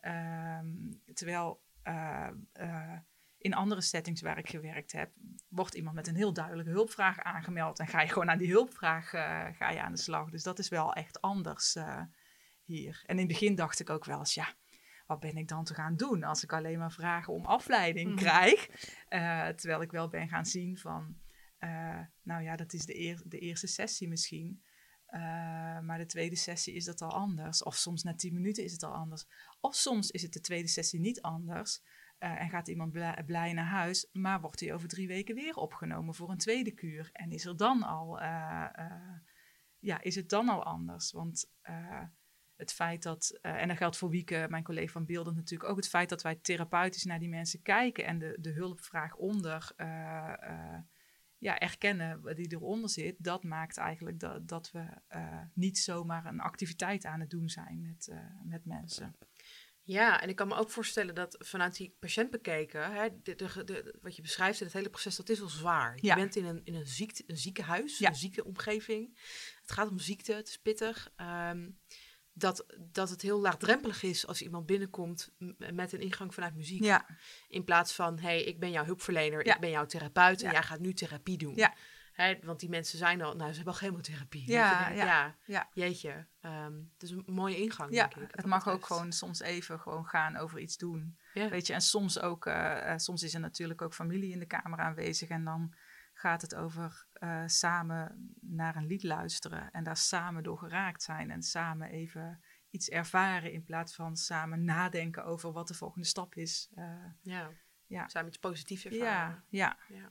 Um, terwijl uh, uh, in andere settings waar ik gewerkt heb, wordt iemand met een heel duidelijke hulpvraag aangemeld. En ga je gewoon aan die hulpvraag uh, ga je aan de slag. Dus dat is wel echt anders uh, hier. En in het begin dacht ik ook wel eens, ja... Wat ben ik dan te gaan doen als ik alleen maar vragen om afleiding mm. krijg? Uh, terwijl ik wel ben gaan zien van... Uh, nou ja, dat is de, eer, de eerste sessie misschien. Uh, maar de tweede sessie is dat al anders. Of soms na tien minuten is het al anders. Of soms is het de tweede sessie niet anders. Uh, en gaat iemand blij, blij naar huis. Maar wordt hij over drie weken weer opgenomen voor een tweede kuur. En is er dan al... Uh, uh, ja, is het dan al anders? Want... Uh, Het feit dat, uh, en dat geldt voor Wieke, mijn collega van Beeldend natuurlijk ook, het feit dat wij therapeutisch naar die mensen kijken en de, de hulpvraag onder uh, uh, ja, erkennen die eronder zit, dat maakt eigenlijk dat, dat we uh, niet zomaar een activiteit aan het doen zijn met, uh, met mensen. Ja, en ik kan me ook voorstellen dat vanuit die patiënt bekeken, hè, de, de, de, wat je beschrijft in het hele proces, dat is wel zwaar. Je ja. bent in een, in een, ziekte, een ziekenhuis, ja. een ziekteomgeving. Het gaat om ziekte, het is pittig. Um, Dat, dat het heel laagdrempelig is als iemand binnenkomt m- met een ingang vanuit muziek. Ja. In plaats van, hé, hey, ik ben jouw hulpverlener, Ja. ik ben jouw therapeut en ja. jij gaat nu therapie doen. Ja. Hè, want die mensen zijn al, nou, ze hebben al chemotherapie. Ja, denkt, ja. ja, ja. Jeetje, um, het is een mooie ingang, ja, denk ik. Het mag ook gewoon soms even gewoon gaan over iets doen. Ja. Weet je, en soms ook, uh, uh, soms is er natuurlijk ook familie in de kamer aanwezig en dan gaat het over uh, samen naar een lied luisteren en daar samen door geraakt zijn en samen even iets ervaren in plaats van samen nadenken over wat de volgende stap is. Uh, ja. ja, samen iets positiefs ervaren. Ja, ja. ja.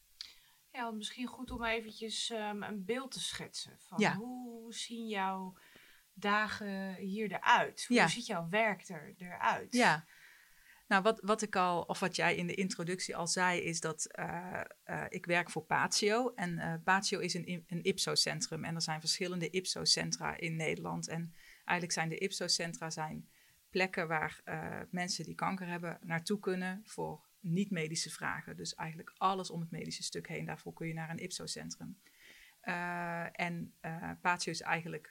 Ja, misschien goed om eventjes um, een beeld te schetsen van ja. hoe zien jouw dagen hier eruit? Hoe ja. ziet jouw werk er, eruit? Ja. Nou, wat, wat ik al, of wat jij in de introductie al zei, is dat uh, uh, ik werk voor Patio. En uh, Patio is een, een I P S O-centrum. En er zijn verschillende I P S O-centra in Nederland. En eigenlijk zijn de I P S O-centra zijn plekken waar uh, mensen die kanker hebben naartoe kunnen voor niet-medische vragen. Dus eigenlijk alles om het medische stuk heen. Daarvoor kun je naar een I P S O-centrum. Uh, en uh, Patio is eigenlijk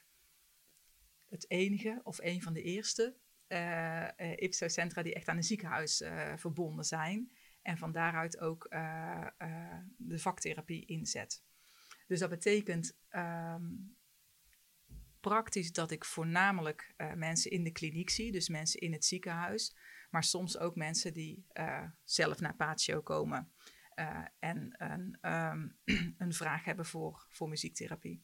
het enige, of een van de eerste... Uh, uh, I P S O-centra die echt aan een ziekenhuis uh, verbonden zijn. En van daaruit ook uh, uh, de vaktherapie inzet. Dus dat betekent, um, praktisch dat ik voornamelijk uh, mensen in de kliniek zie, dus mensen in het ziekenhuis, maar soms ook mensen die uh, zelf naar Patio komen uh, en een, um, een vraag hebben voor, voor muziektherapie.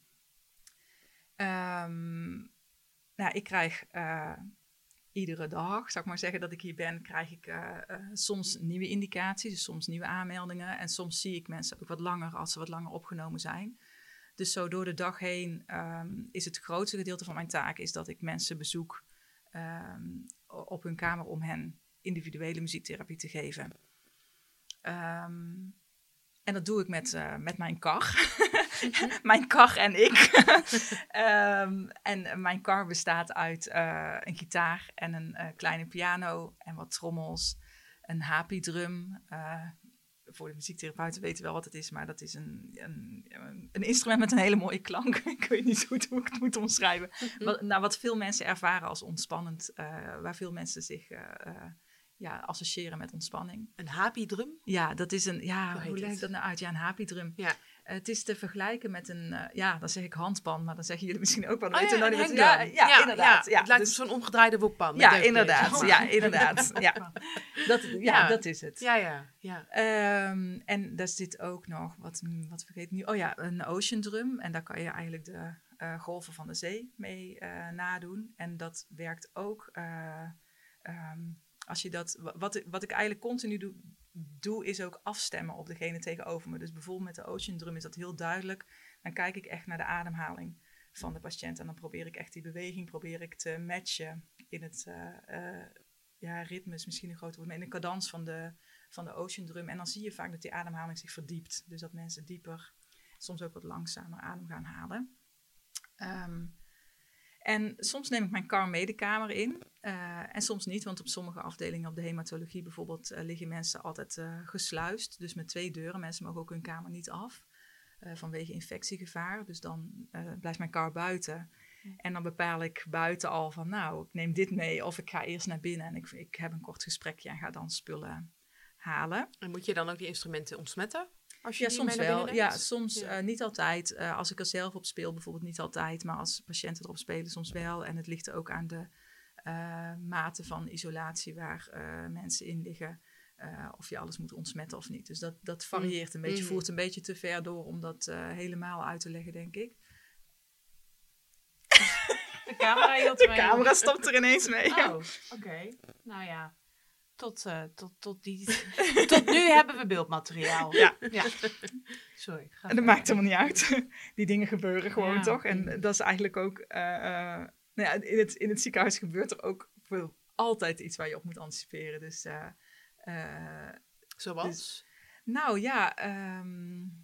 Um, nou, ik krijg uh, iedere dag, zou ik maar zeggen dat ik hier ben, krijg ik uh, uh, soms nieuwe indicaties, dus soms nieuwe aanmeldingen. En soms zie ik mensen ook wat langer als ze wat langer opgenomen zijn. Dus zo door de dag heen um, is het grootste gedeelte van mijn taak is dat ik mensen bezoek um, op hun kamer om hen individuele muziektherapie te geven. Um, en dat doe ik met, uh, met mijn kar. Mijn kar en ik. um, en mijn kar bestaat uit uh, een gitaar en een uh, kleine piano en wat trommels, een hapi-drum. Uh, voor de muziektherapeuten weten wel wat het is, maar dat is een, een, een instrument met een hele mooie klank. Ik weet niet zo goed hoe ik het moet omschrijven. Mm-hmm. Wat, nou, wat veel mensen ervaren als ontspannend, uh, waar veel mensen zich... Uh, uh, Ja, associëren met ontspanning. Een hapi-drum? Ja, dat is een... Ja, hoe, hoe leg het? ik dat nou uit? Ja, een hapi-drum. Ja. Uh, het is te vergelijken met een... Uh, ja, dan zeg ik handpan, maar dan zeggen jullie misschien ook wel. Oh, weten ja, nou niet ja, ja, ja, inderdaad. Ja, Ja, het lijkt dus, op zo'n omgedraaide wokpan. Ja, inderdaad. Ja, inderdaad. Ja. Dat, ja, ja, dat is het. Ja, ja. ja. Um, en daar zit ook nog... Wat, wat vergeet ik nu? Oh ja, een ocean drum. En daar kan je eigenlijk de uh, golven van de zee mee uh, nadoen. En dat werkt ook... Uh, um, Als je dat, wat, wat ik eigenlijk continu doe, doe, is ook afstemmen op degene tegenover me. Dus bijvoorbeeld met de ocean drum is dat heel duidelijk. Dan kijk ik echt naar de ademhaling van de patiënt. En dan probeer ik echt die beweging probeer ik te matchen in het uh, uh, ja, ritme is misschien een groot woord, maar in de cadans van de, van de ocean drum. En dan zie je vaak dat die ademhaling zich verdiept. Dus dat mensen dieper, soms ook wat langzamer adem gaan halen. Um, En soms neem ik mijn kar mee de kamer in uh, en soms niet, want op sommige afdelingen op de hematologie bijvoorbeeld uh, liggen mensen altijd uh, gesluist. Dus met twee deuren, mensen mogen ook hun kamer niet af uh, vanwege infectiegevaar. Dus dan uh, blijft mijn kar buiten en dan bepaal ik buiten al van nou, ik neem dit mee of ik ga eerst naar binnen en ik, ik heb een kort gesprekje en ga dan spullen halen. En moet je dan ook die instrumenten ontsmetten? Als je ja, die soms mee wel. Ja, neemt? soms ja. Uh, niet altijd. Uh, als ik er zelf op speel, bijvoorbeeld niet altijd. Maar als patiënten erop spelen, soms wel. En het ligt er ook aan de uh, mate van isolatie waar uh, mensen in liggen. Uh, of je alles moet ontsmetten of niet. Dus dat, dat varieert een beetje. Mm. Voert een beetje te ver door om dat uh, helemaal uit te leggen, denk ik. De camera hield De mee. camera stopt er ineens mee. Oh, oké. Okay. Nou ja. Tot, uh, tot, tot, die, tot nu hebben we beeldmateriaal. Ja. ja. Sorry. En dat maakt helemaal niet uit. Die dingen gebeuren gewoon ja. toch? En dat is eigenlijk ook... Uh, uh, nou ja, in, het, in het ziekenhuis gebeurt er ook veel, altijd iets waar je op moet anticiperen. Dus... Uh, uh, Zoals? Dus, nou ja... Um,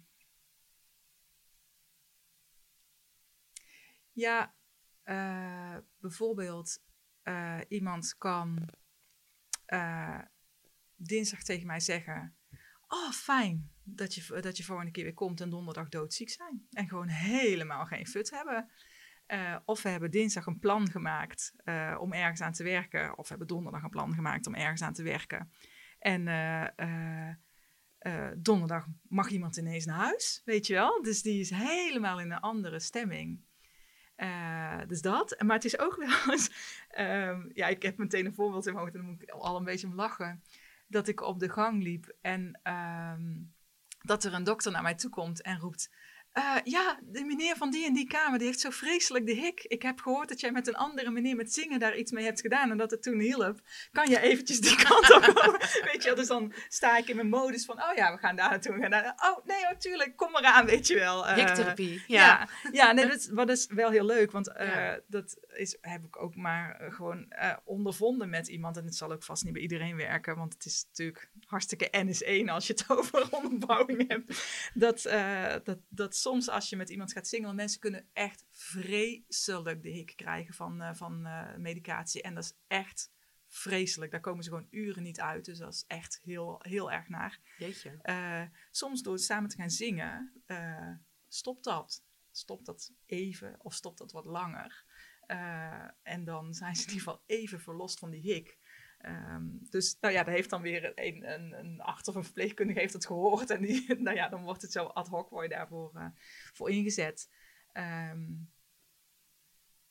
ja, uh, bijvoorbeeld uh, iemand kan... Uh, dinsdag tegen mij zeggen... Oh, fijn dat je, dat je volgende keer weer komt en donderdag doodziek zijn. En gewoon helemaal geen fut hebben. Uh, of we hebben dinsdag een plan gemaakt uh, om ergens aan te werken. Of we hebben donderdag een plan gemaakt om ergens aan te werken. En uh, uh, uh, donderdag mag iemand ineens naar huis, weet je wel. Dus die is helemaal in een andere stemming. Uh, dus dat. Maar het is ook wel eens... Um, ja, ik heb meteen een voorbeeld in mijn hoofd en dan moet ik al een beetje om lachen. Dat ik op de gang liep en um, dat er een dokter naar mij toe komt en roept... Uh, ja, de meneer van die en die kamer, die heeft zo vreselijk de hik. Ik heb gehoord dat jij met een andere meneer met zingen daar iets mee hebt gedaan en dat het toen hielp. Kan je eventjes die kant op komen? Weet je wel, dus dan sta ik in mijn modus van, oh ja, we gaan daar naartoe. We gaan daar, oh nee, natuurlijk, kom maar aan, weet je wel. Uh, Hiktherapie, ja. Ja, ja nee, dat, dat is wel heel leuk, want uh, ja. dat is, heb ik ook maar uh, gewoon uh, ondervonden met iemand. En het zal ook vast niet bij iedereen werken, want het is natuurlijk hartstikke N is één als je het over onderbouwing hebt. Dat, uh, dat, dat soms als je met iemand gaat zingen, want mensen kunnen echt vreselijk de hik krijgen van, uh, van uh, medicatie. En dat is echt vreselijk. Daar komen ze gewoon uren niet uit. Dus dat is echt heel, heel erg naar. Jeetje. Uh, soms door samen te gaan zingen, uh, stopt dat. Stopt dat even of stopt dat wat langer. Uh, en dan zijn ze in ieder geval even verlost van die hik. Um, dus nou ja, daar heeft dan weer een, een, een arts of een verpleegkundige heeft het gehoord. En die, nou ja, dan wordt het zo ad hoc, word je daarvoor uh, voor ingezet. Um,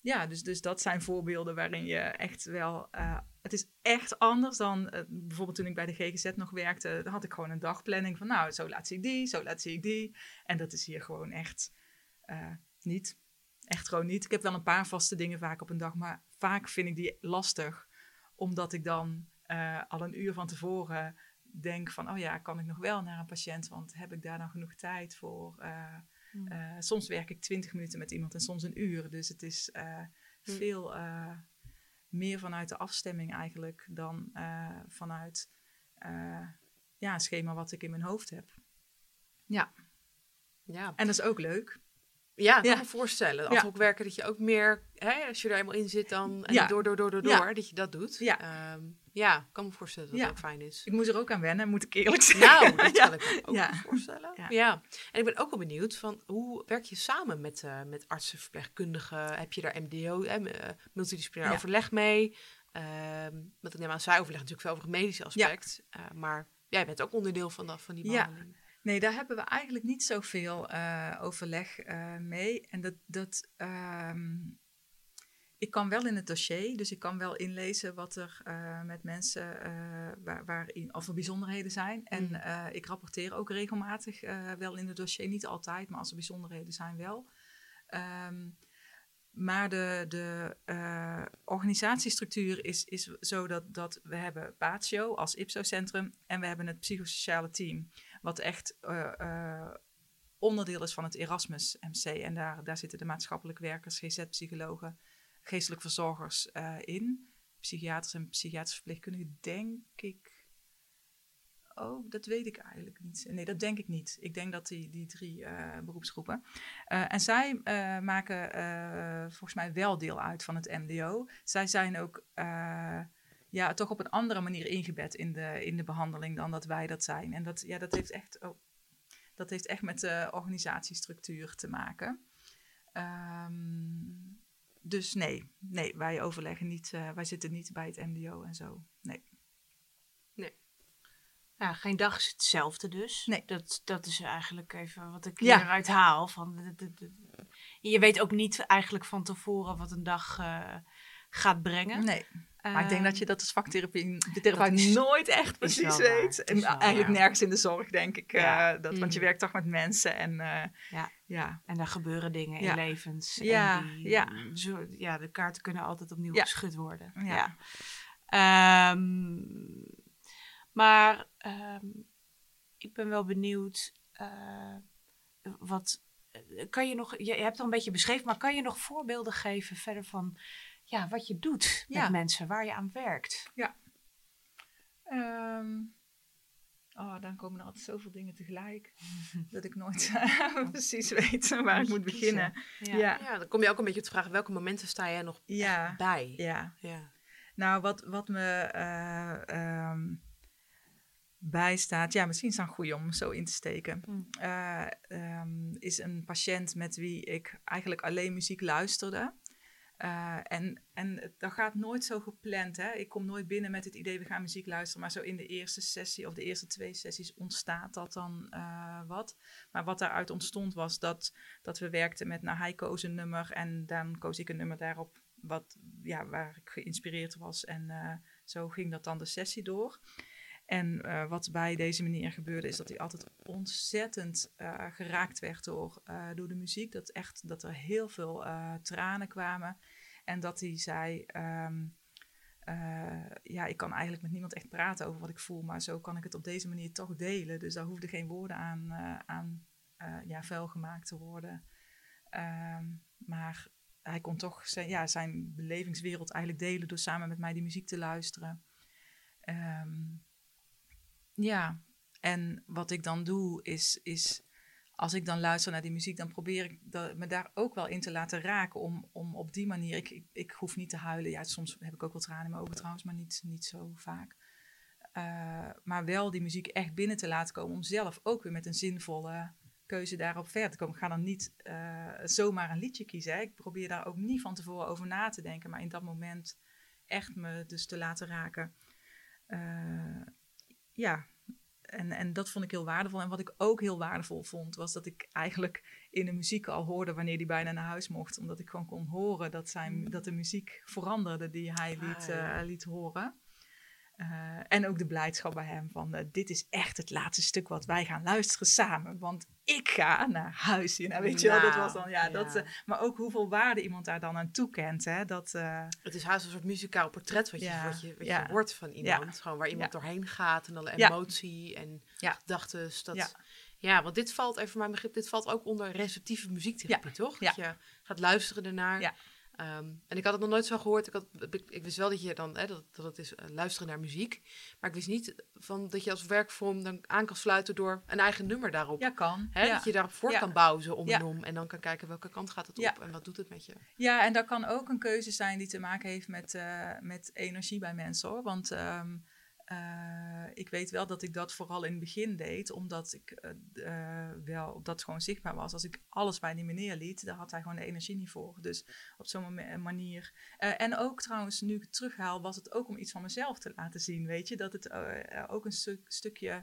ja, dus, dus dat zijn voorbeelden waarin je echt wel... Uh, het is echt anders dan... Uh, bijvoorbeeld toen ik bij de G G Z nog werkte... dan had ik gewoon een dagplanning van... nou, zo laat zie ik die, zo laat zie ik die. En dat is hier gewoon echt uh, niet. Echt gewoon niet. Ik heb wel een paar vaste dingen vaak op een dag... maar vaak vind ik die lastig. Omdat ik dan uh, al een uur van tevoren denk van... oh ja, kan ik nog wel naar een patiënt? Want heb ik daar dan genoeg tijd voor... Uh, Uh, soms werk ik twintig minuten met iemand en soms een uur. Dus het is uh, veel uh, meer vanuit de afstemming eigenlijk dan uh, vanuit uh, ja, een schema wat ik in mijn hoofd heb. Ja. ja. En dat is ook leuk. Ja, ik kan ja. me voorstellen. Als ja. ook werken dat je ook meer, hè, als je er eenmaal in zit dan en ja. door, door, door, door, door, ja. dat je dat doet. Ja, um, ja ik kan me voorstellen dat ja. dat ook fijn is. Ik moet er ook aan wennen, moet ik eerlijk zeggen. Nou, dat kan ja. ik me ook ja. voorstellen. Ja. ja. En ik ben ook wel benieuwd van, hoe werk je samen met, uh, met artsen, verpleegkundigen? Heb je daar M D O, eh, multidisciplinair ja. overleg mee? Uh, want ik neem aan, zij overleggen natuurlijk veel over het medische aspect. Ja. Uh, maar jij bent ook onderdeel van, van die behandeling. Ja. Nee, daar hebben we eigenlijk niet zoveel uh, overleg uh, mee. En dat, dat um, ik kan wel in het dossier, dus ik kan wel inlezen wat er uh, met mensen, uh, waar, waarin, of er bijzonderheden zijn. En mm. uh, ik rapporteer ook regelmatig uh, wel in het dossier, niet altijd, maar als er bijzonderheden zijn wel. Um, maar de, de uh, organisatiestructuur is, is zo dat, dat we hebben Patio als Ipso-centrum en we hebben het psychosociale team. Wat echt uh, uh, onderdeel is van het Erasmus M C. En daar, daar zitten de maatschappelijk werkers, G Z-psychologen, geestelijk verzorgers uh, in. Psychiaters en psychiatrische verpleegkundigen, denk ik. Oh, dat weet ik eigenlijk niet. Nee, dat denk ik niet. Ik denk dat die, die drie uh, beroepsgroepen. Uh, en zij uh, maken uh, volgens mij wel deel uit van het M D O. Zij zijn ook... Uh, ja, toch op een andere manier ingebed in de, in de behandeling dan dat wij dat zijn. En dat, ja, dat, heeft, echt, oh, dat heeft echt met de organisatiestructuur te maken. Um, dus nee, nee, wij overleggen niet, uh, wij zitten niet bij het M D O en zo. Nee. Nee. Ja, geen dag is hetzelfde dus. Nee. Dat, dat is eigenlijk even wat ik ja. hieruit haal. Van de, de, de, je weet ook niet eigenlijk van tevoren wat een dag uh, gaat brengen. Nee. Maar uh, ik denk dat je dat als vaktherapeut is, nooit echt precies weet. En eigenlijk waar. nergens in de zorg, denk ik. Ja. Uh, dat, mm. Want je werkt toch met mensen. En, uh, ja. Ja. en er gebeuren dingen ja. in levens. Ja. En die, Ja. Zo, ja, de kaarten kunnen altijd opnieuw ja. geschud worden. Ja. Ja. Um, maar um, ik ben wel benieuwd... Uh, wat... Kan je nog... Je, je hebt al een beetje beschreven, maar kan je nog voorbeelden geven verder van... Ja, wat je doet ja. met mensen, waar je aan werkt. Ja. Um, oh, dan komen er altijd zoveel dingen tegelijk. dat ik nooit precies weet waar ik moet beginnen. Ja. Ja. ja, dan kom je ook een beetje te vragen, welke momenten sta jij nog ja. bij? Ja. ja. Nou, wat, wat me uh, um, bijstaat, ja, misschien is het goed om zo in te steken. Mm. Uh, um, is een patiënt met wie ik eigenlijk alleen muziek luisterde. Uh, en, en dat gaat nooit zo gepland. Hè? Ik kom nooit binnen met het idee, we gaan muziek luisteren. Maar zo in de eerste sessie of de eerste twee sessies ontstaat dat dan uh, wat. Maar wat daaruit ontstond was dat, dat we werkten met, nou hij koos een nummer en dan koos ik een nummer daarop wat, ja, waar ik geïnspireerd was. En uh, zo ging dat dan de sessie door. En uh, wat bij deze meneer gebeurde is dat hij altijd ontzettend uh, geraakt werd door, uh, door de muziek. Dat, echt, dat er heel veel uh, tranen kwamen. En dat hij zei, um, uh, ja, ik kan eigenlijk met niemand echt praten over wat ik voel. Maar zo kan ik het op deze manier toch delen. Dus daar hoefden geen woorden aan, uh, aan uh, ja, vuil gemaakt te worden. Um, maar hij kon toch zijn, ja, zijn belevingswereld eigenlijk delen door samen met mij die muziek te luisteren. Um, Ja, en wat ik dan doe is, is, als ik dan luister naar die muziek, dan probeer ik da- me daar ook wel in te laten raken om, om op die manier, ik, ik, ik hoef niet te huilen. Ja, soms heb ik ook wel tranen in mijn ogen trouwens, maar niet, niet zo vaak. Uh, maar wel die muziek echt binnen te laten komen om zelf ook weer met een zinvolle keuze daarop verder te komen. Ik ga dan niet uh, zomaar een liedje kiezen. Hè. Ik probeer daar ook niet van tevoren over na te denken, maar in dat moment echt me dus te laten raken. Uh, ja, en, en dat vond ik heel waardevol. En wat ik ook heel waardevol vond, was dat ik eigenlijk in de muziek al hoorde wanneer hij bijna naar huis mocht. Omdat ik gewoon kon horen dat, zijn, dat de muziek veranderde die hij liet, Ah, ja. uh, liet horen. Uh, en ook de blijdschap bij hem van, uh, dit is echt het laatste stuk wat wij gaan luisteren samen. Want ik ga naar huis. Nou, weet je nou, wel, dat was dan, ja. ja. Dat, uh, maar ook hoeveel waarde iemand daar dan aan toekent. Hè? Dat, uh, het is haast een soort muzikaal portret wat je, ja, wat je, wat ja. je hoort van iemand. Ja. Gewoon waar iemand ja. doorheen gaat en alle emotie ja. en ja. gedachten. Dat, ja. ja, want dit valt, even mijn begrip, dit valt ook onder receptieve muziektherapie, ja. toch? Ja. Dat je gaat luisteren ernaar. Ja. Um, en ik had het nog nooit zo gehoord. Ik, had, ik, ik wist wel dat je dan, hè, dat, dat het is uh, luisteren naar muziek. Maar ik wist niet van dat je als werkvorm dan aan kan sluiten door een eigen nummer daarop. Ja, kan. Hè, ja. Dat je daarop voort ja. kan bouwen zo om ja. en om. En dan kan kijken welke kant gaat het op ja. en wat doet het met je. Ja, en dat kan ook een keuze zijn die te maken heeft met, uh, met energie bij mensen, hoor. Want um, uh, ik weet wel dat ik dat vooral in het begin deed, omdat ik uh, uh, wel dat gewoon zichtbaar was. Als ik alles bij die meneer liet, dan had hij gewoon de energie niet voor. Dus op zo'n manier. Uh, en ook trouwens, nu ik het terughaal, was het ook om iets van mezelf te laten zien, weet je. Dat het uh, ook een stu- stukje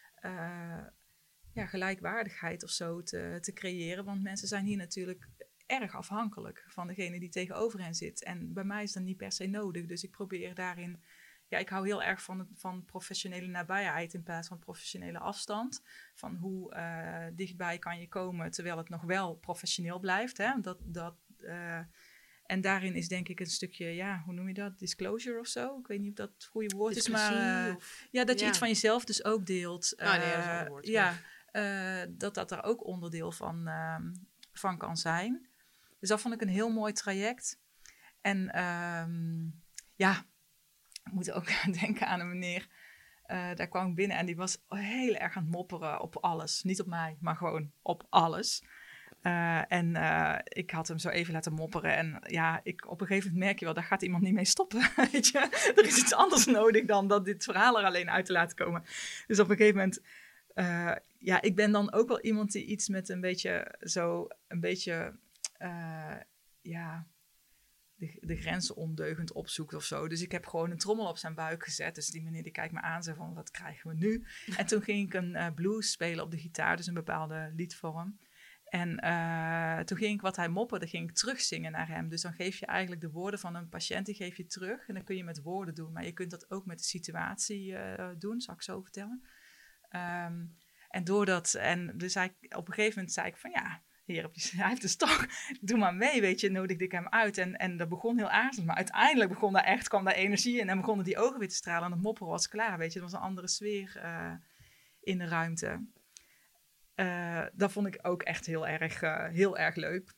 uh, ja, gelijkwaardigheid of zo te, te creëren. Want mensen zijn hier natuurlijk erg afhankelijk van degene die tegenover hen zit. En bij mij is dat niet per se nodig. Dus ik probeer daarin... Ja, ik hou heel erg van, van professionele nabijheid in plaats van professionele afstand. Van hoe uh, dichtbij kan je komen terwijl het nog wel professioneel blijft. Hè? Dat, dat, uh, en daarin is denk ik een stukje, ja, hoe noem je dat? Disclosure of zo? Ik weet niet of dat het goede woord is, maar... Uh, of, ja, dat je ja. iets van jezelf dus ook deelt. Uh, oh, nee, dat is wel een woord. Ja, uh, dat dat er ook onderdeel van, uh, van kan zijn. Dus dat vond ik een heel mooi traject. En um, ja... Ik moet ook denken aan een meneer, uh, daar kwam ik binnen en die was heel erg aan het mopperen op alles. Niet op mij, maar gewoon op alles. Uh, en uh, ik had hem zo even laten mopperen en ja, ik, op een gegeven moment merk je wel, daar gaat iemand niet mee stoppen, weet je. Er is iets anders nodig dan dat dit verhaal er alleen uit te laten komen. Dus op een gegeven moment, uh, ja, ik ben dan ook wel iemand die iets met een beetje zo, een beetje, uh, ja... De, de grenzen ondeugend opzoekt of zo. Dus ik heb gewoon een trommel op zijn buik gezet. Dus die meneer die kijkt me aan en zegt van, wat krijgen we nu? En toen ging ik een uh, blues spelen op de gitaar, dus een bepaalde liedvorm. En uh, toen ging ik, wat hij mopperde, ging ik terugzingen naar hem. Dus dan geef je eigenlijk de woorden van een patiënt, die geef je terug. En dan kun je met woorden doen, maar je kunt dat ook met de situatie uh, doen, zal ik zo vertellen. Um, en doordat, en dus hij, op een gegeven moment zei ik van, ja... Hier heb je, hij heeft de stok, doe maar mee, weet je, nodigde ik hem uit. En, en dat begon heel aardig, maar uiteindelijk begon daar echt, kwam daar energie in en begonnen die ogen weer te stralen en het mopperen was klaar, weet je. Het was een andere sfeer uh, in de ruimte. Uh, dat vond ik ook echt heel erg, uh, heel erg leuk.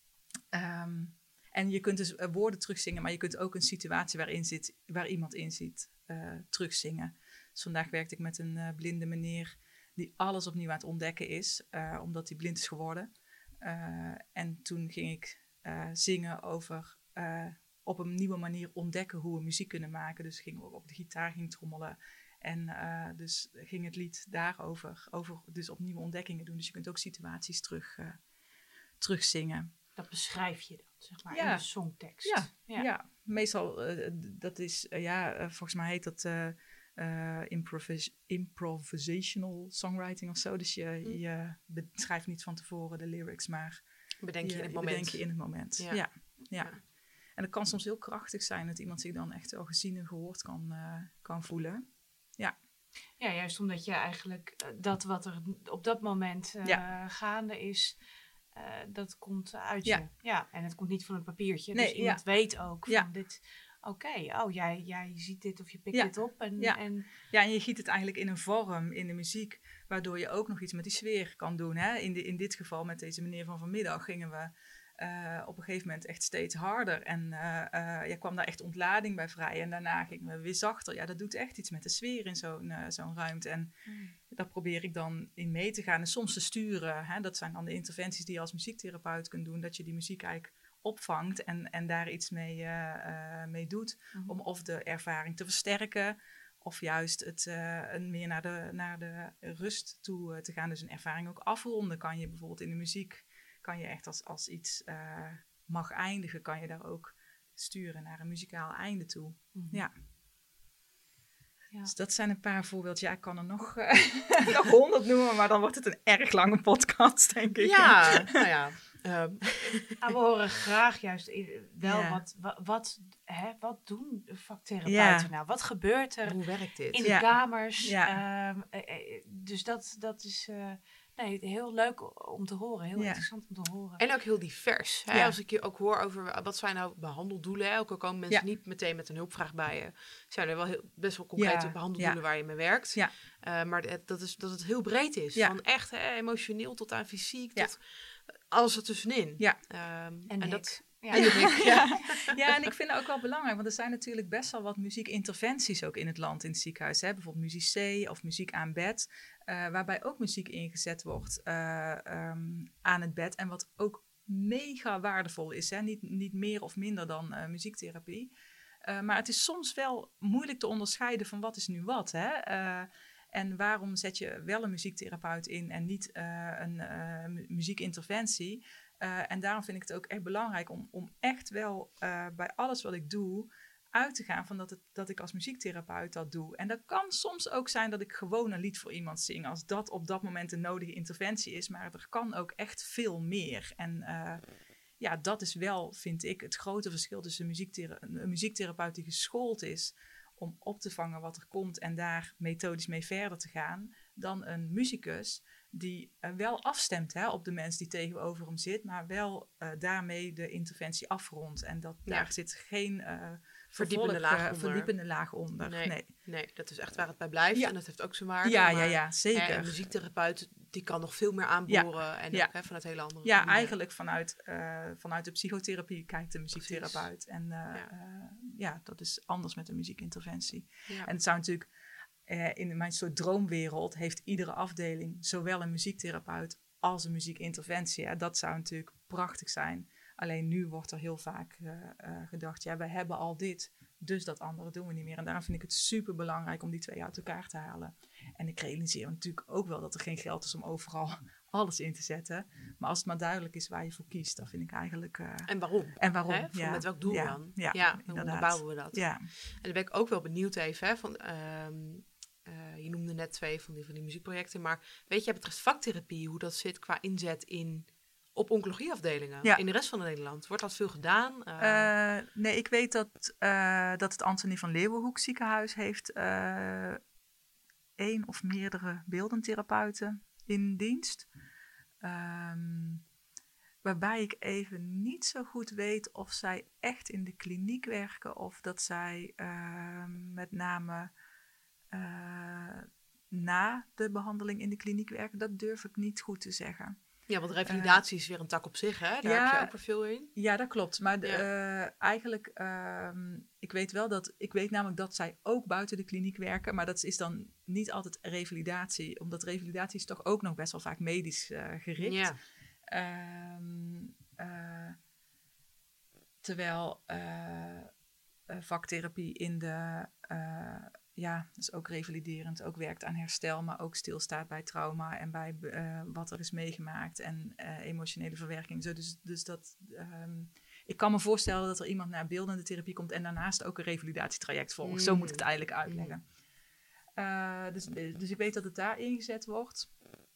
Um, en je kunt dus uh, woorden terugzingen, maar je kunt ook een situatie waarin zit, waar iemand in zit, uh, terugzingen. Dus vandaag werkte ik met een uh, blinde meneer die alles opnieuw aan het ontdekken is, uh, omdat hij blind is geworden. Uh, en toen ging ik uh, zingen over uh, op een nieuwe manier ontdekken hoe we muziek kunnen maken. Dus ging op de gitaar ging trommelen. En uh, dus ging het lied daarover, over dus opnieuw ontdekkingen doen. Dus je kunt ook situaties terug, uh, terugzingen. Dat beschrijf je dan, zeg maar, ja. in de songtekst. Ja, ja. ja. meestal, uh, dat is, uh, ja, uh, volgens mij heet dat... Uh, Uh, improvis- improvisational songwriting of zo. Dus je, mm. je beschrijft niet van tevoren de lyrics, maar bedenk je, je in het moment. Bedenk je in het moment. Ja. Ja, ja. ja. En het kan soms heel krachtig zijn dat iemand zich dan echt wel gezien en gehoord kan, uh, kan voelen. Ja. Ja, juist omdat je eigenlijk uh, dat wat er op dat moment uh, ja. gaande is, uh, dat komt uit je. Ja. ja. En het komt niet van een papiertje. Nee, dus iemand ja. weet ook van ja. dit... Oké, okay, oh, jij, jij ziet dit of je pikt ja. dit op. En, ja. En... ja, en je giet het eigenlijk in een vorm in de muziek, waardoor je ook nog iets met die sfeer kan doen. Hè? In, de, in dit geval met deze meneer van vanmiddag gingen we uh, op een gegeven moment echt steeds harder. En uh, uh, ja, kwam daar echt ontlading bij vrij. En daarna gingen we weer zachter. Ja, dat doet echt iets met de sfeer in zo'n, uh, zo'n ruimte. En mm. daar probeer ik dan in mee te gaan en soms te sturen. Hè? Dat zijn dan de interventies die je als muziektherapeut kunt doen, dat je die muziek eigenlijk opvangt en, en daar iets mee, uh, uh, mee doet. Mm-hmm. Om of de ervaring te versterken, of juist het uh, meer naar de, naar de rust toe uh, te gaan. Dus een ervaring ook afronden kan je bijvoorbeeld in de muziek, kan je echt als, als iets uh, mag eindigen, kan je daar ook sturen naar een muzikaal einde toe. Mm-hmm. Ja. Ja. Dus dat zijn een paar voorbeelden. Ja, ik kan er nog, uh, nog honderd noemen, maar dan wordt het een erg lange podcast, denk ik. Ja, nou ja. Um. Ah, we horen graag juist wel Ja. wat, wat, wat, hè, wat doen vaktherapeuten Ja. nou? Wat gebeurt er Hoe werkt dit? in de Ja. kamers? Ja. Um, eh, eh, dus dat, dat is uh, nee, heel leuk om te horen. Heel Ja. interessant om te horen. En ook heel divers. Hè? Ja. Als ik je ook hoor over wat zijn nou behandeldoelen. Hè? Ook al komen mensen Ja. niet meteen met een hulpvraag bij je. Zijn er wel heel, best wel concrete Ja. behandeldoelen Ja. waar je mee werkt. Ja. Uh, maar het, dat, is, dat het heel breed is. Ja. Van echt hè, emotioneel tot aan fysiek. Ja. Tot alles ertussenin. Ja. Um, En, en dat... dat... Ja. En je ja. ja, en ik vind het ook wel belangrijk, want er zijn natuurlijk best wel wat muziekinterventies ook in het land in het ziekenhuis. Hè? Bijvoorbeeld muziek C of muziek aan bed, uh, waarbij ook muziek ingezet wordt uh, um, aan het bed. En wat ook mega waardevol is, hè? Niet, niet meer of minder dan uh, muziektherapie. Uh, maar het is soms wel moeilijk te onderscheiden van wat is nu wat, hè? Uh, En waarom zet je wel een muziektherapeut in en niet uh, een uh, mu- muziekinterventie? Uh, en daarom vind ik het ook echt belangrijk om, om echt wel uh, bij alles wat ik doe uit te gaan van dat, het, dat ik als muziektherapeut dat doe. En dat kan soms ook zijn dat ik gewoon een lied voor iemand zing als dat op dat moment een nodige interventie is. Maar er kan ook echt veel meer. En uh, ja, dat is wel, vind ik, het grote verschil tussen muziekthera- een muziektherapeut die geschoold is om op te vangen wat er komt en daar methodisch mee verder te gaan, dan een muzikus die uh, wel afstemt hè, op de mens die tegenover hem zit, maar wel uh, daarmee de interventie afrondt. En dat, Ja. daar zit geen uh, Verdiepende vervolg, laag uh, onder. verdiepende laag onder. Nee. Nee. nee, dat is echt waar het bij blijft. Ja. En dat heeft ook zijn waarde. Ja, maar, ja, ja, zeker. Hè, een muziektherapeut die kan nog veel meer aanboren. Ja. En Ja. ook hè, vanuit hele andere Ja, gebieden. eigenlijk vanuit, uh, vanuit de psychotherapie kijkt de muziektherapeut. En uh, Ja. uh, ja, dat is anders met de muziekinterventie. Ja. En het zou natuurlijk, uh, in mijn soort droomwereld, heeft iedere afdeling zowel een muziektherapeut als een muziekinterventie. Ja, dat zou natuurlijk prachtig zijn. Alleen nu wordt er heel vaak uh, uh, gedacht, ja, we hebben al dit, dus dat andere doen we niet meer. En daarom vind ik het super belangrijk om die twee uit elkaar te halen. En ik realiseer natuurlijk ook wel dat er geen geld is om overal alles in te zetten. Maar als het maar duidelijk is waar je voor kiest, dan vind ik eigenlijk... Uh, en waarom? En waarom, Hè? Van ja. Met welk doel ja. dan? Ja, ja hoe inderdaad. onderbouwen we dat? Ja. En dan ben ik ook wel benieuwd even, hè, van... Um, uh, je noemde net twee van die, van die muziekprojecten, maar weet je, betreft vaktherapie, hoe dat zit qua inzet in... op oncologieafdelingen Ja. in de rest van Nederland? Wordt dat veel gedaan? Uh, Uh, nee, ik weet dat, uh, dat het Antonie van Leeuwenhoek ziekenhuis heeft uh, één of meerdere beeldentherapeuten in dienst. Um, waarbij ik even niet zo goed weet of zij echt in de kliniek werken of dat zij uh, met name uh, na de behandeling in de kliniek werken. Dat durf ik niet goed te zeggen. Ja, want revalidatie uh, is weer een tak op zich, hè? Daar ja, heb je ook weer veel in. Ja, dat klopt. Maar de, ja. uh, eigenlijk, uh, ik weet wel dat, ik weet namelijk dat zij ook buiten de kliniek werken, maar dat is dan niet altijd revalidatie, omdat revalidatie is toch ook nog best wel vaak medisch uh, gericht. Ja. Um, uh, terwijl uh, uh, vaktherapie in de... Uh, ja, dus ook revaliderend, ook werkt aan herstel, maar ook stilstaat bij trauma en bij uh, wat er is meegemaakt en uh, emotionele verwerking. Zo, dus, dus dat, um, ik kan me voorstellen dat er iemand naar beeldende therapie komt en daarnaast ook een revalidatietraject volgt. Mm. Zo moet ik het eigenlijk uitleggen. Mm. Uh, dus, dus ik weet dat het daar ingezet wordt.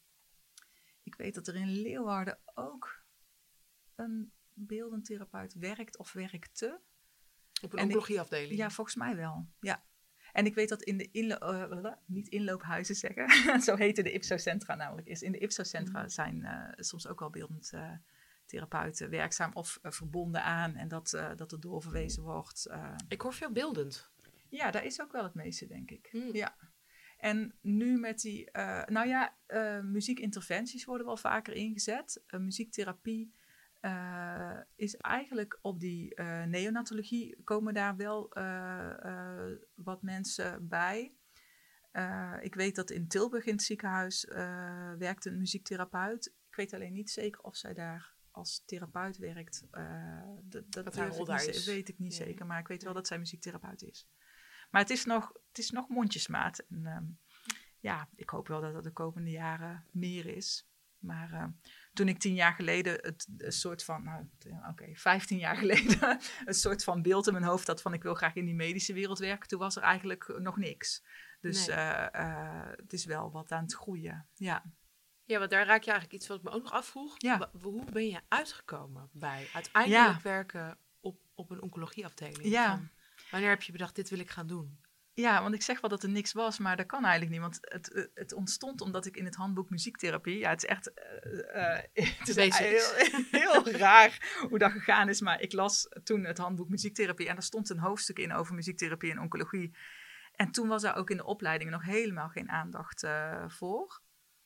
Ik weet dat er in Leeuwarden ook een beeldend therapeut werkt of werkte. Op een oncologieafdeling? Ja, volgens mij wel, ja. En ik weet dat in de inlo- uh, niet inloophuizen zeggen, zo heten de Ipso-centra namelijk is. In de Ipso-centra mm. zijn uh, soms ook wel beeldend uh, therapeuten werkzaam of uh, verbonden aan en dat, uh, dat er doorverwezen wordt. Uh. Ik hoor veel beeldend. Ja, daar is ook wel het meeste, denk ik. Mm. Ja. En nu met die, uh, nou ja, uh, muziekinterventies worden wel vaker ingezet. Uh, muziektherapie Uh, is eigenlijk op die uh, neonatologie komen daar wel uh, uh, wat mensen bij. Uh, ik weet dat in Tilburg in het ziekenhuis uh, werkt een muziektherapeut. Ik weet alleen niet zeker of zij daar als therapeut werkt. Uh, d- dat wat haar rol daar is. weet ik niet nee. zeker, maar ik weet wel dat zij muziektherapeut is. Maar het is nog, het is nog mondjesmaat. En, um, ja, ik hoop wel dat dat de komende jaren meer is. Maar uh, toen ik tien jaar geleden het een soort van, nou oké, okay, vijftien jaar geleden een soort van beeld in mijn hoofd had van ik wil graag in die medische wereld werken, toen was er eigenlijk nog niks. Dus nee. uh, uh, het is wel wat aan het groeien, ja. Ja, want daar raak je eigenlijk iets wat ik me ook nog afvroeg. Ja. Hoe ben je uitgekomen bij uiteindelijk ja. werken op, op een oncologieafdeling? Ja. Van, wanneer heb je bedacht, dit wil ik gaan doen? Ja, want ik zeg wel dat er niks was, maar dat kan eigenlijk niet. Want het, het ontstond omdat ik in het handboek muziektherapie... Ja, het is echt uh, uh, het is heel, heel raar hoe dat gegaan is. Maar ik las toen het handboek muziektherapie en daar stond een hoofdstuk in over muziektherapie en oncologie. En toen was er ook in de opleidingen nog helemaal geen aandacht uh, voor.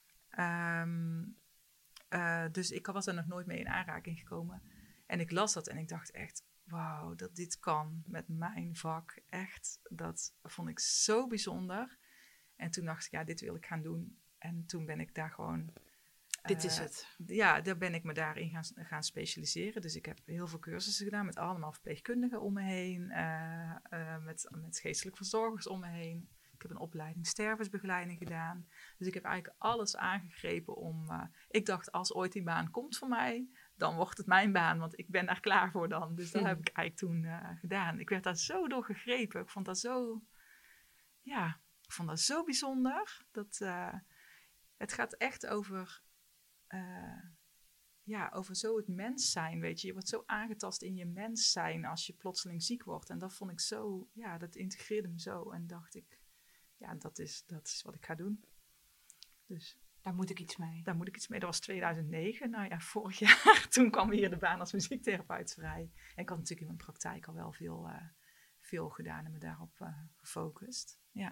Um, uh, dus ik was er nog nooit mee in aanraking gekomen. En ik las dat en ik dacht echt... Wauw, dat dit kan met mijn vak. Echt, dat vond ik zo bijzonder. En toen dacht ik, ja, dit wil ik gaan doen. En toen ben ik daar gewoon... Dit uh, is het. Ja, daar ben ik me daarin gaan, gaan specialiseren. Dus ik heb heel veel cursussen gedaan met allemaal verpleegkundigen om me heen. Uh, uh, met, met geestelijk verzorgers om me heen. Ik heb een opleiding stervensbegeleiding gedaan. Dus ik heb eigenlijk alles aangegrepen om... Uh, ik dacht, als ooit die baan komt voor mij... dan wordt het mijn baan, want ik ben daar klaar voor dan. Dus dat heb ik eigenlijk toen uh, gedaan. Ik werd daar zo door gegrepen. Ik vond dat zo... Ja, ik vond dat zo bijzonder. Dat, uh, het gaat echt over... Uh, ja, over zo het mens zijn, weet je. Je wordt zo aangetast in je mens zijn als je plotseling ziek wordt. En dat vond ik zo... Ja, dat integreerde me zo. En dacht ik... Ja, dat is, dat is wat ik ga doen. Dus... Daar moet ik iets mee. Daar moet ik iets mee. Dat was tweeduizend negen. Nou ja, vorig jaar. Toen kwam hier de baan als muziektherapeut vrij. En ik had natuurlijk in mijn praktijk al wel veel, uh, veel gedaan en me daarop uh, gefocust. Ja.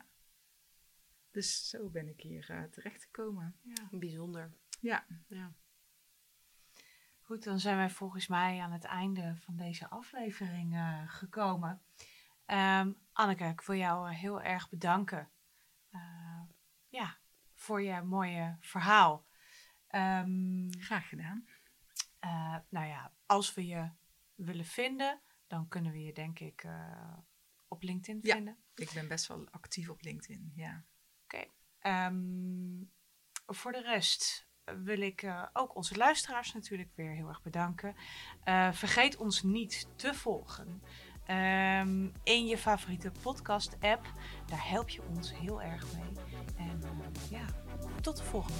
Dus zo ben ik hier uh, terechtgekomen. Ja. Bijzonder. Ja. ja. Goed, dan zijn wij volgens mij aan het einde van deze aflevering uh, gekomen. Um, Anneke, ik wil jou uh, heel erg bedanken. Uh, ja. Voor je mooie verhaal. Um, Graag gedaan. Uh, nou ja, als we je willen vinden, dan kunnen we je denk ik uh, op LinkedIn ja, vinden. Ik ben best wel actief op LinkedIn, ja. Oké. Okay. Um, voor de rest wil ik uh, ook onze luisteraars natuurlijk weer heel erg bedanken. Uh, vergeet ons niet te volgen. Um, in je favoriete podcast app. Daar help je ons heel erg mee. En uh, ja, tot de volgende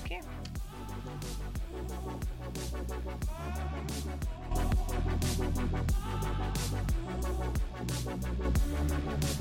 keer.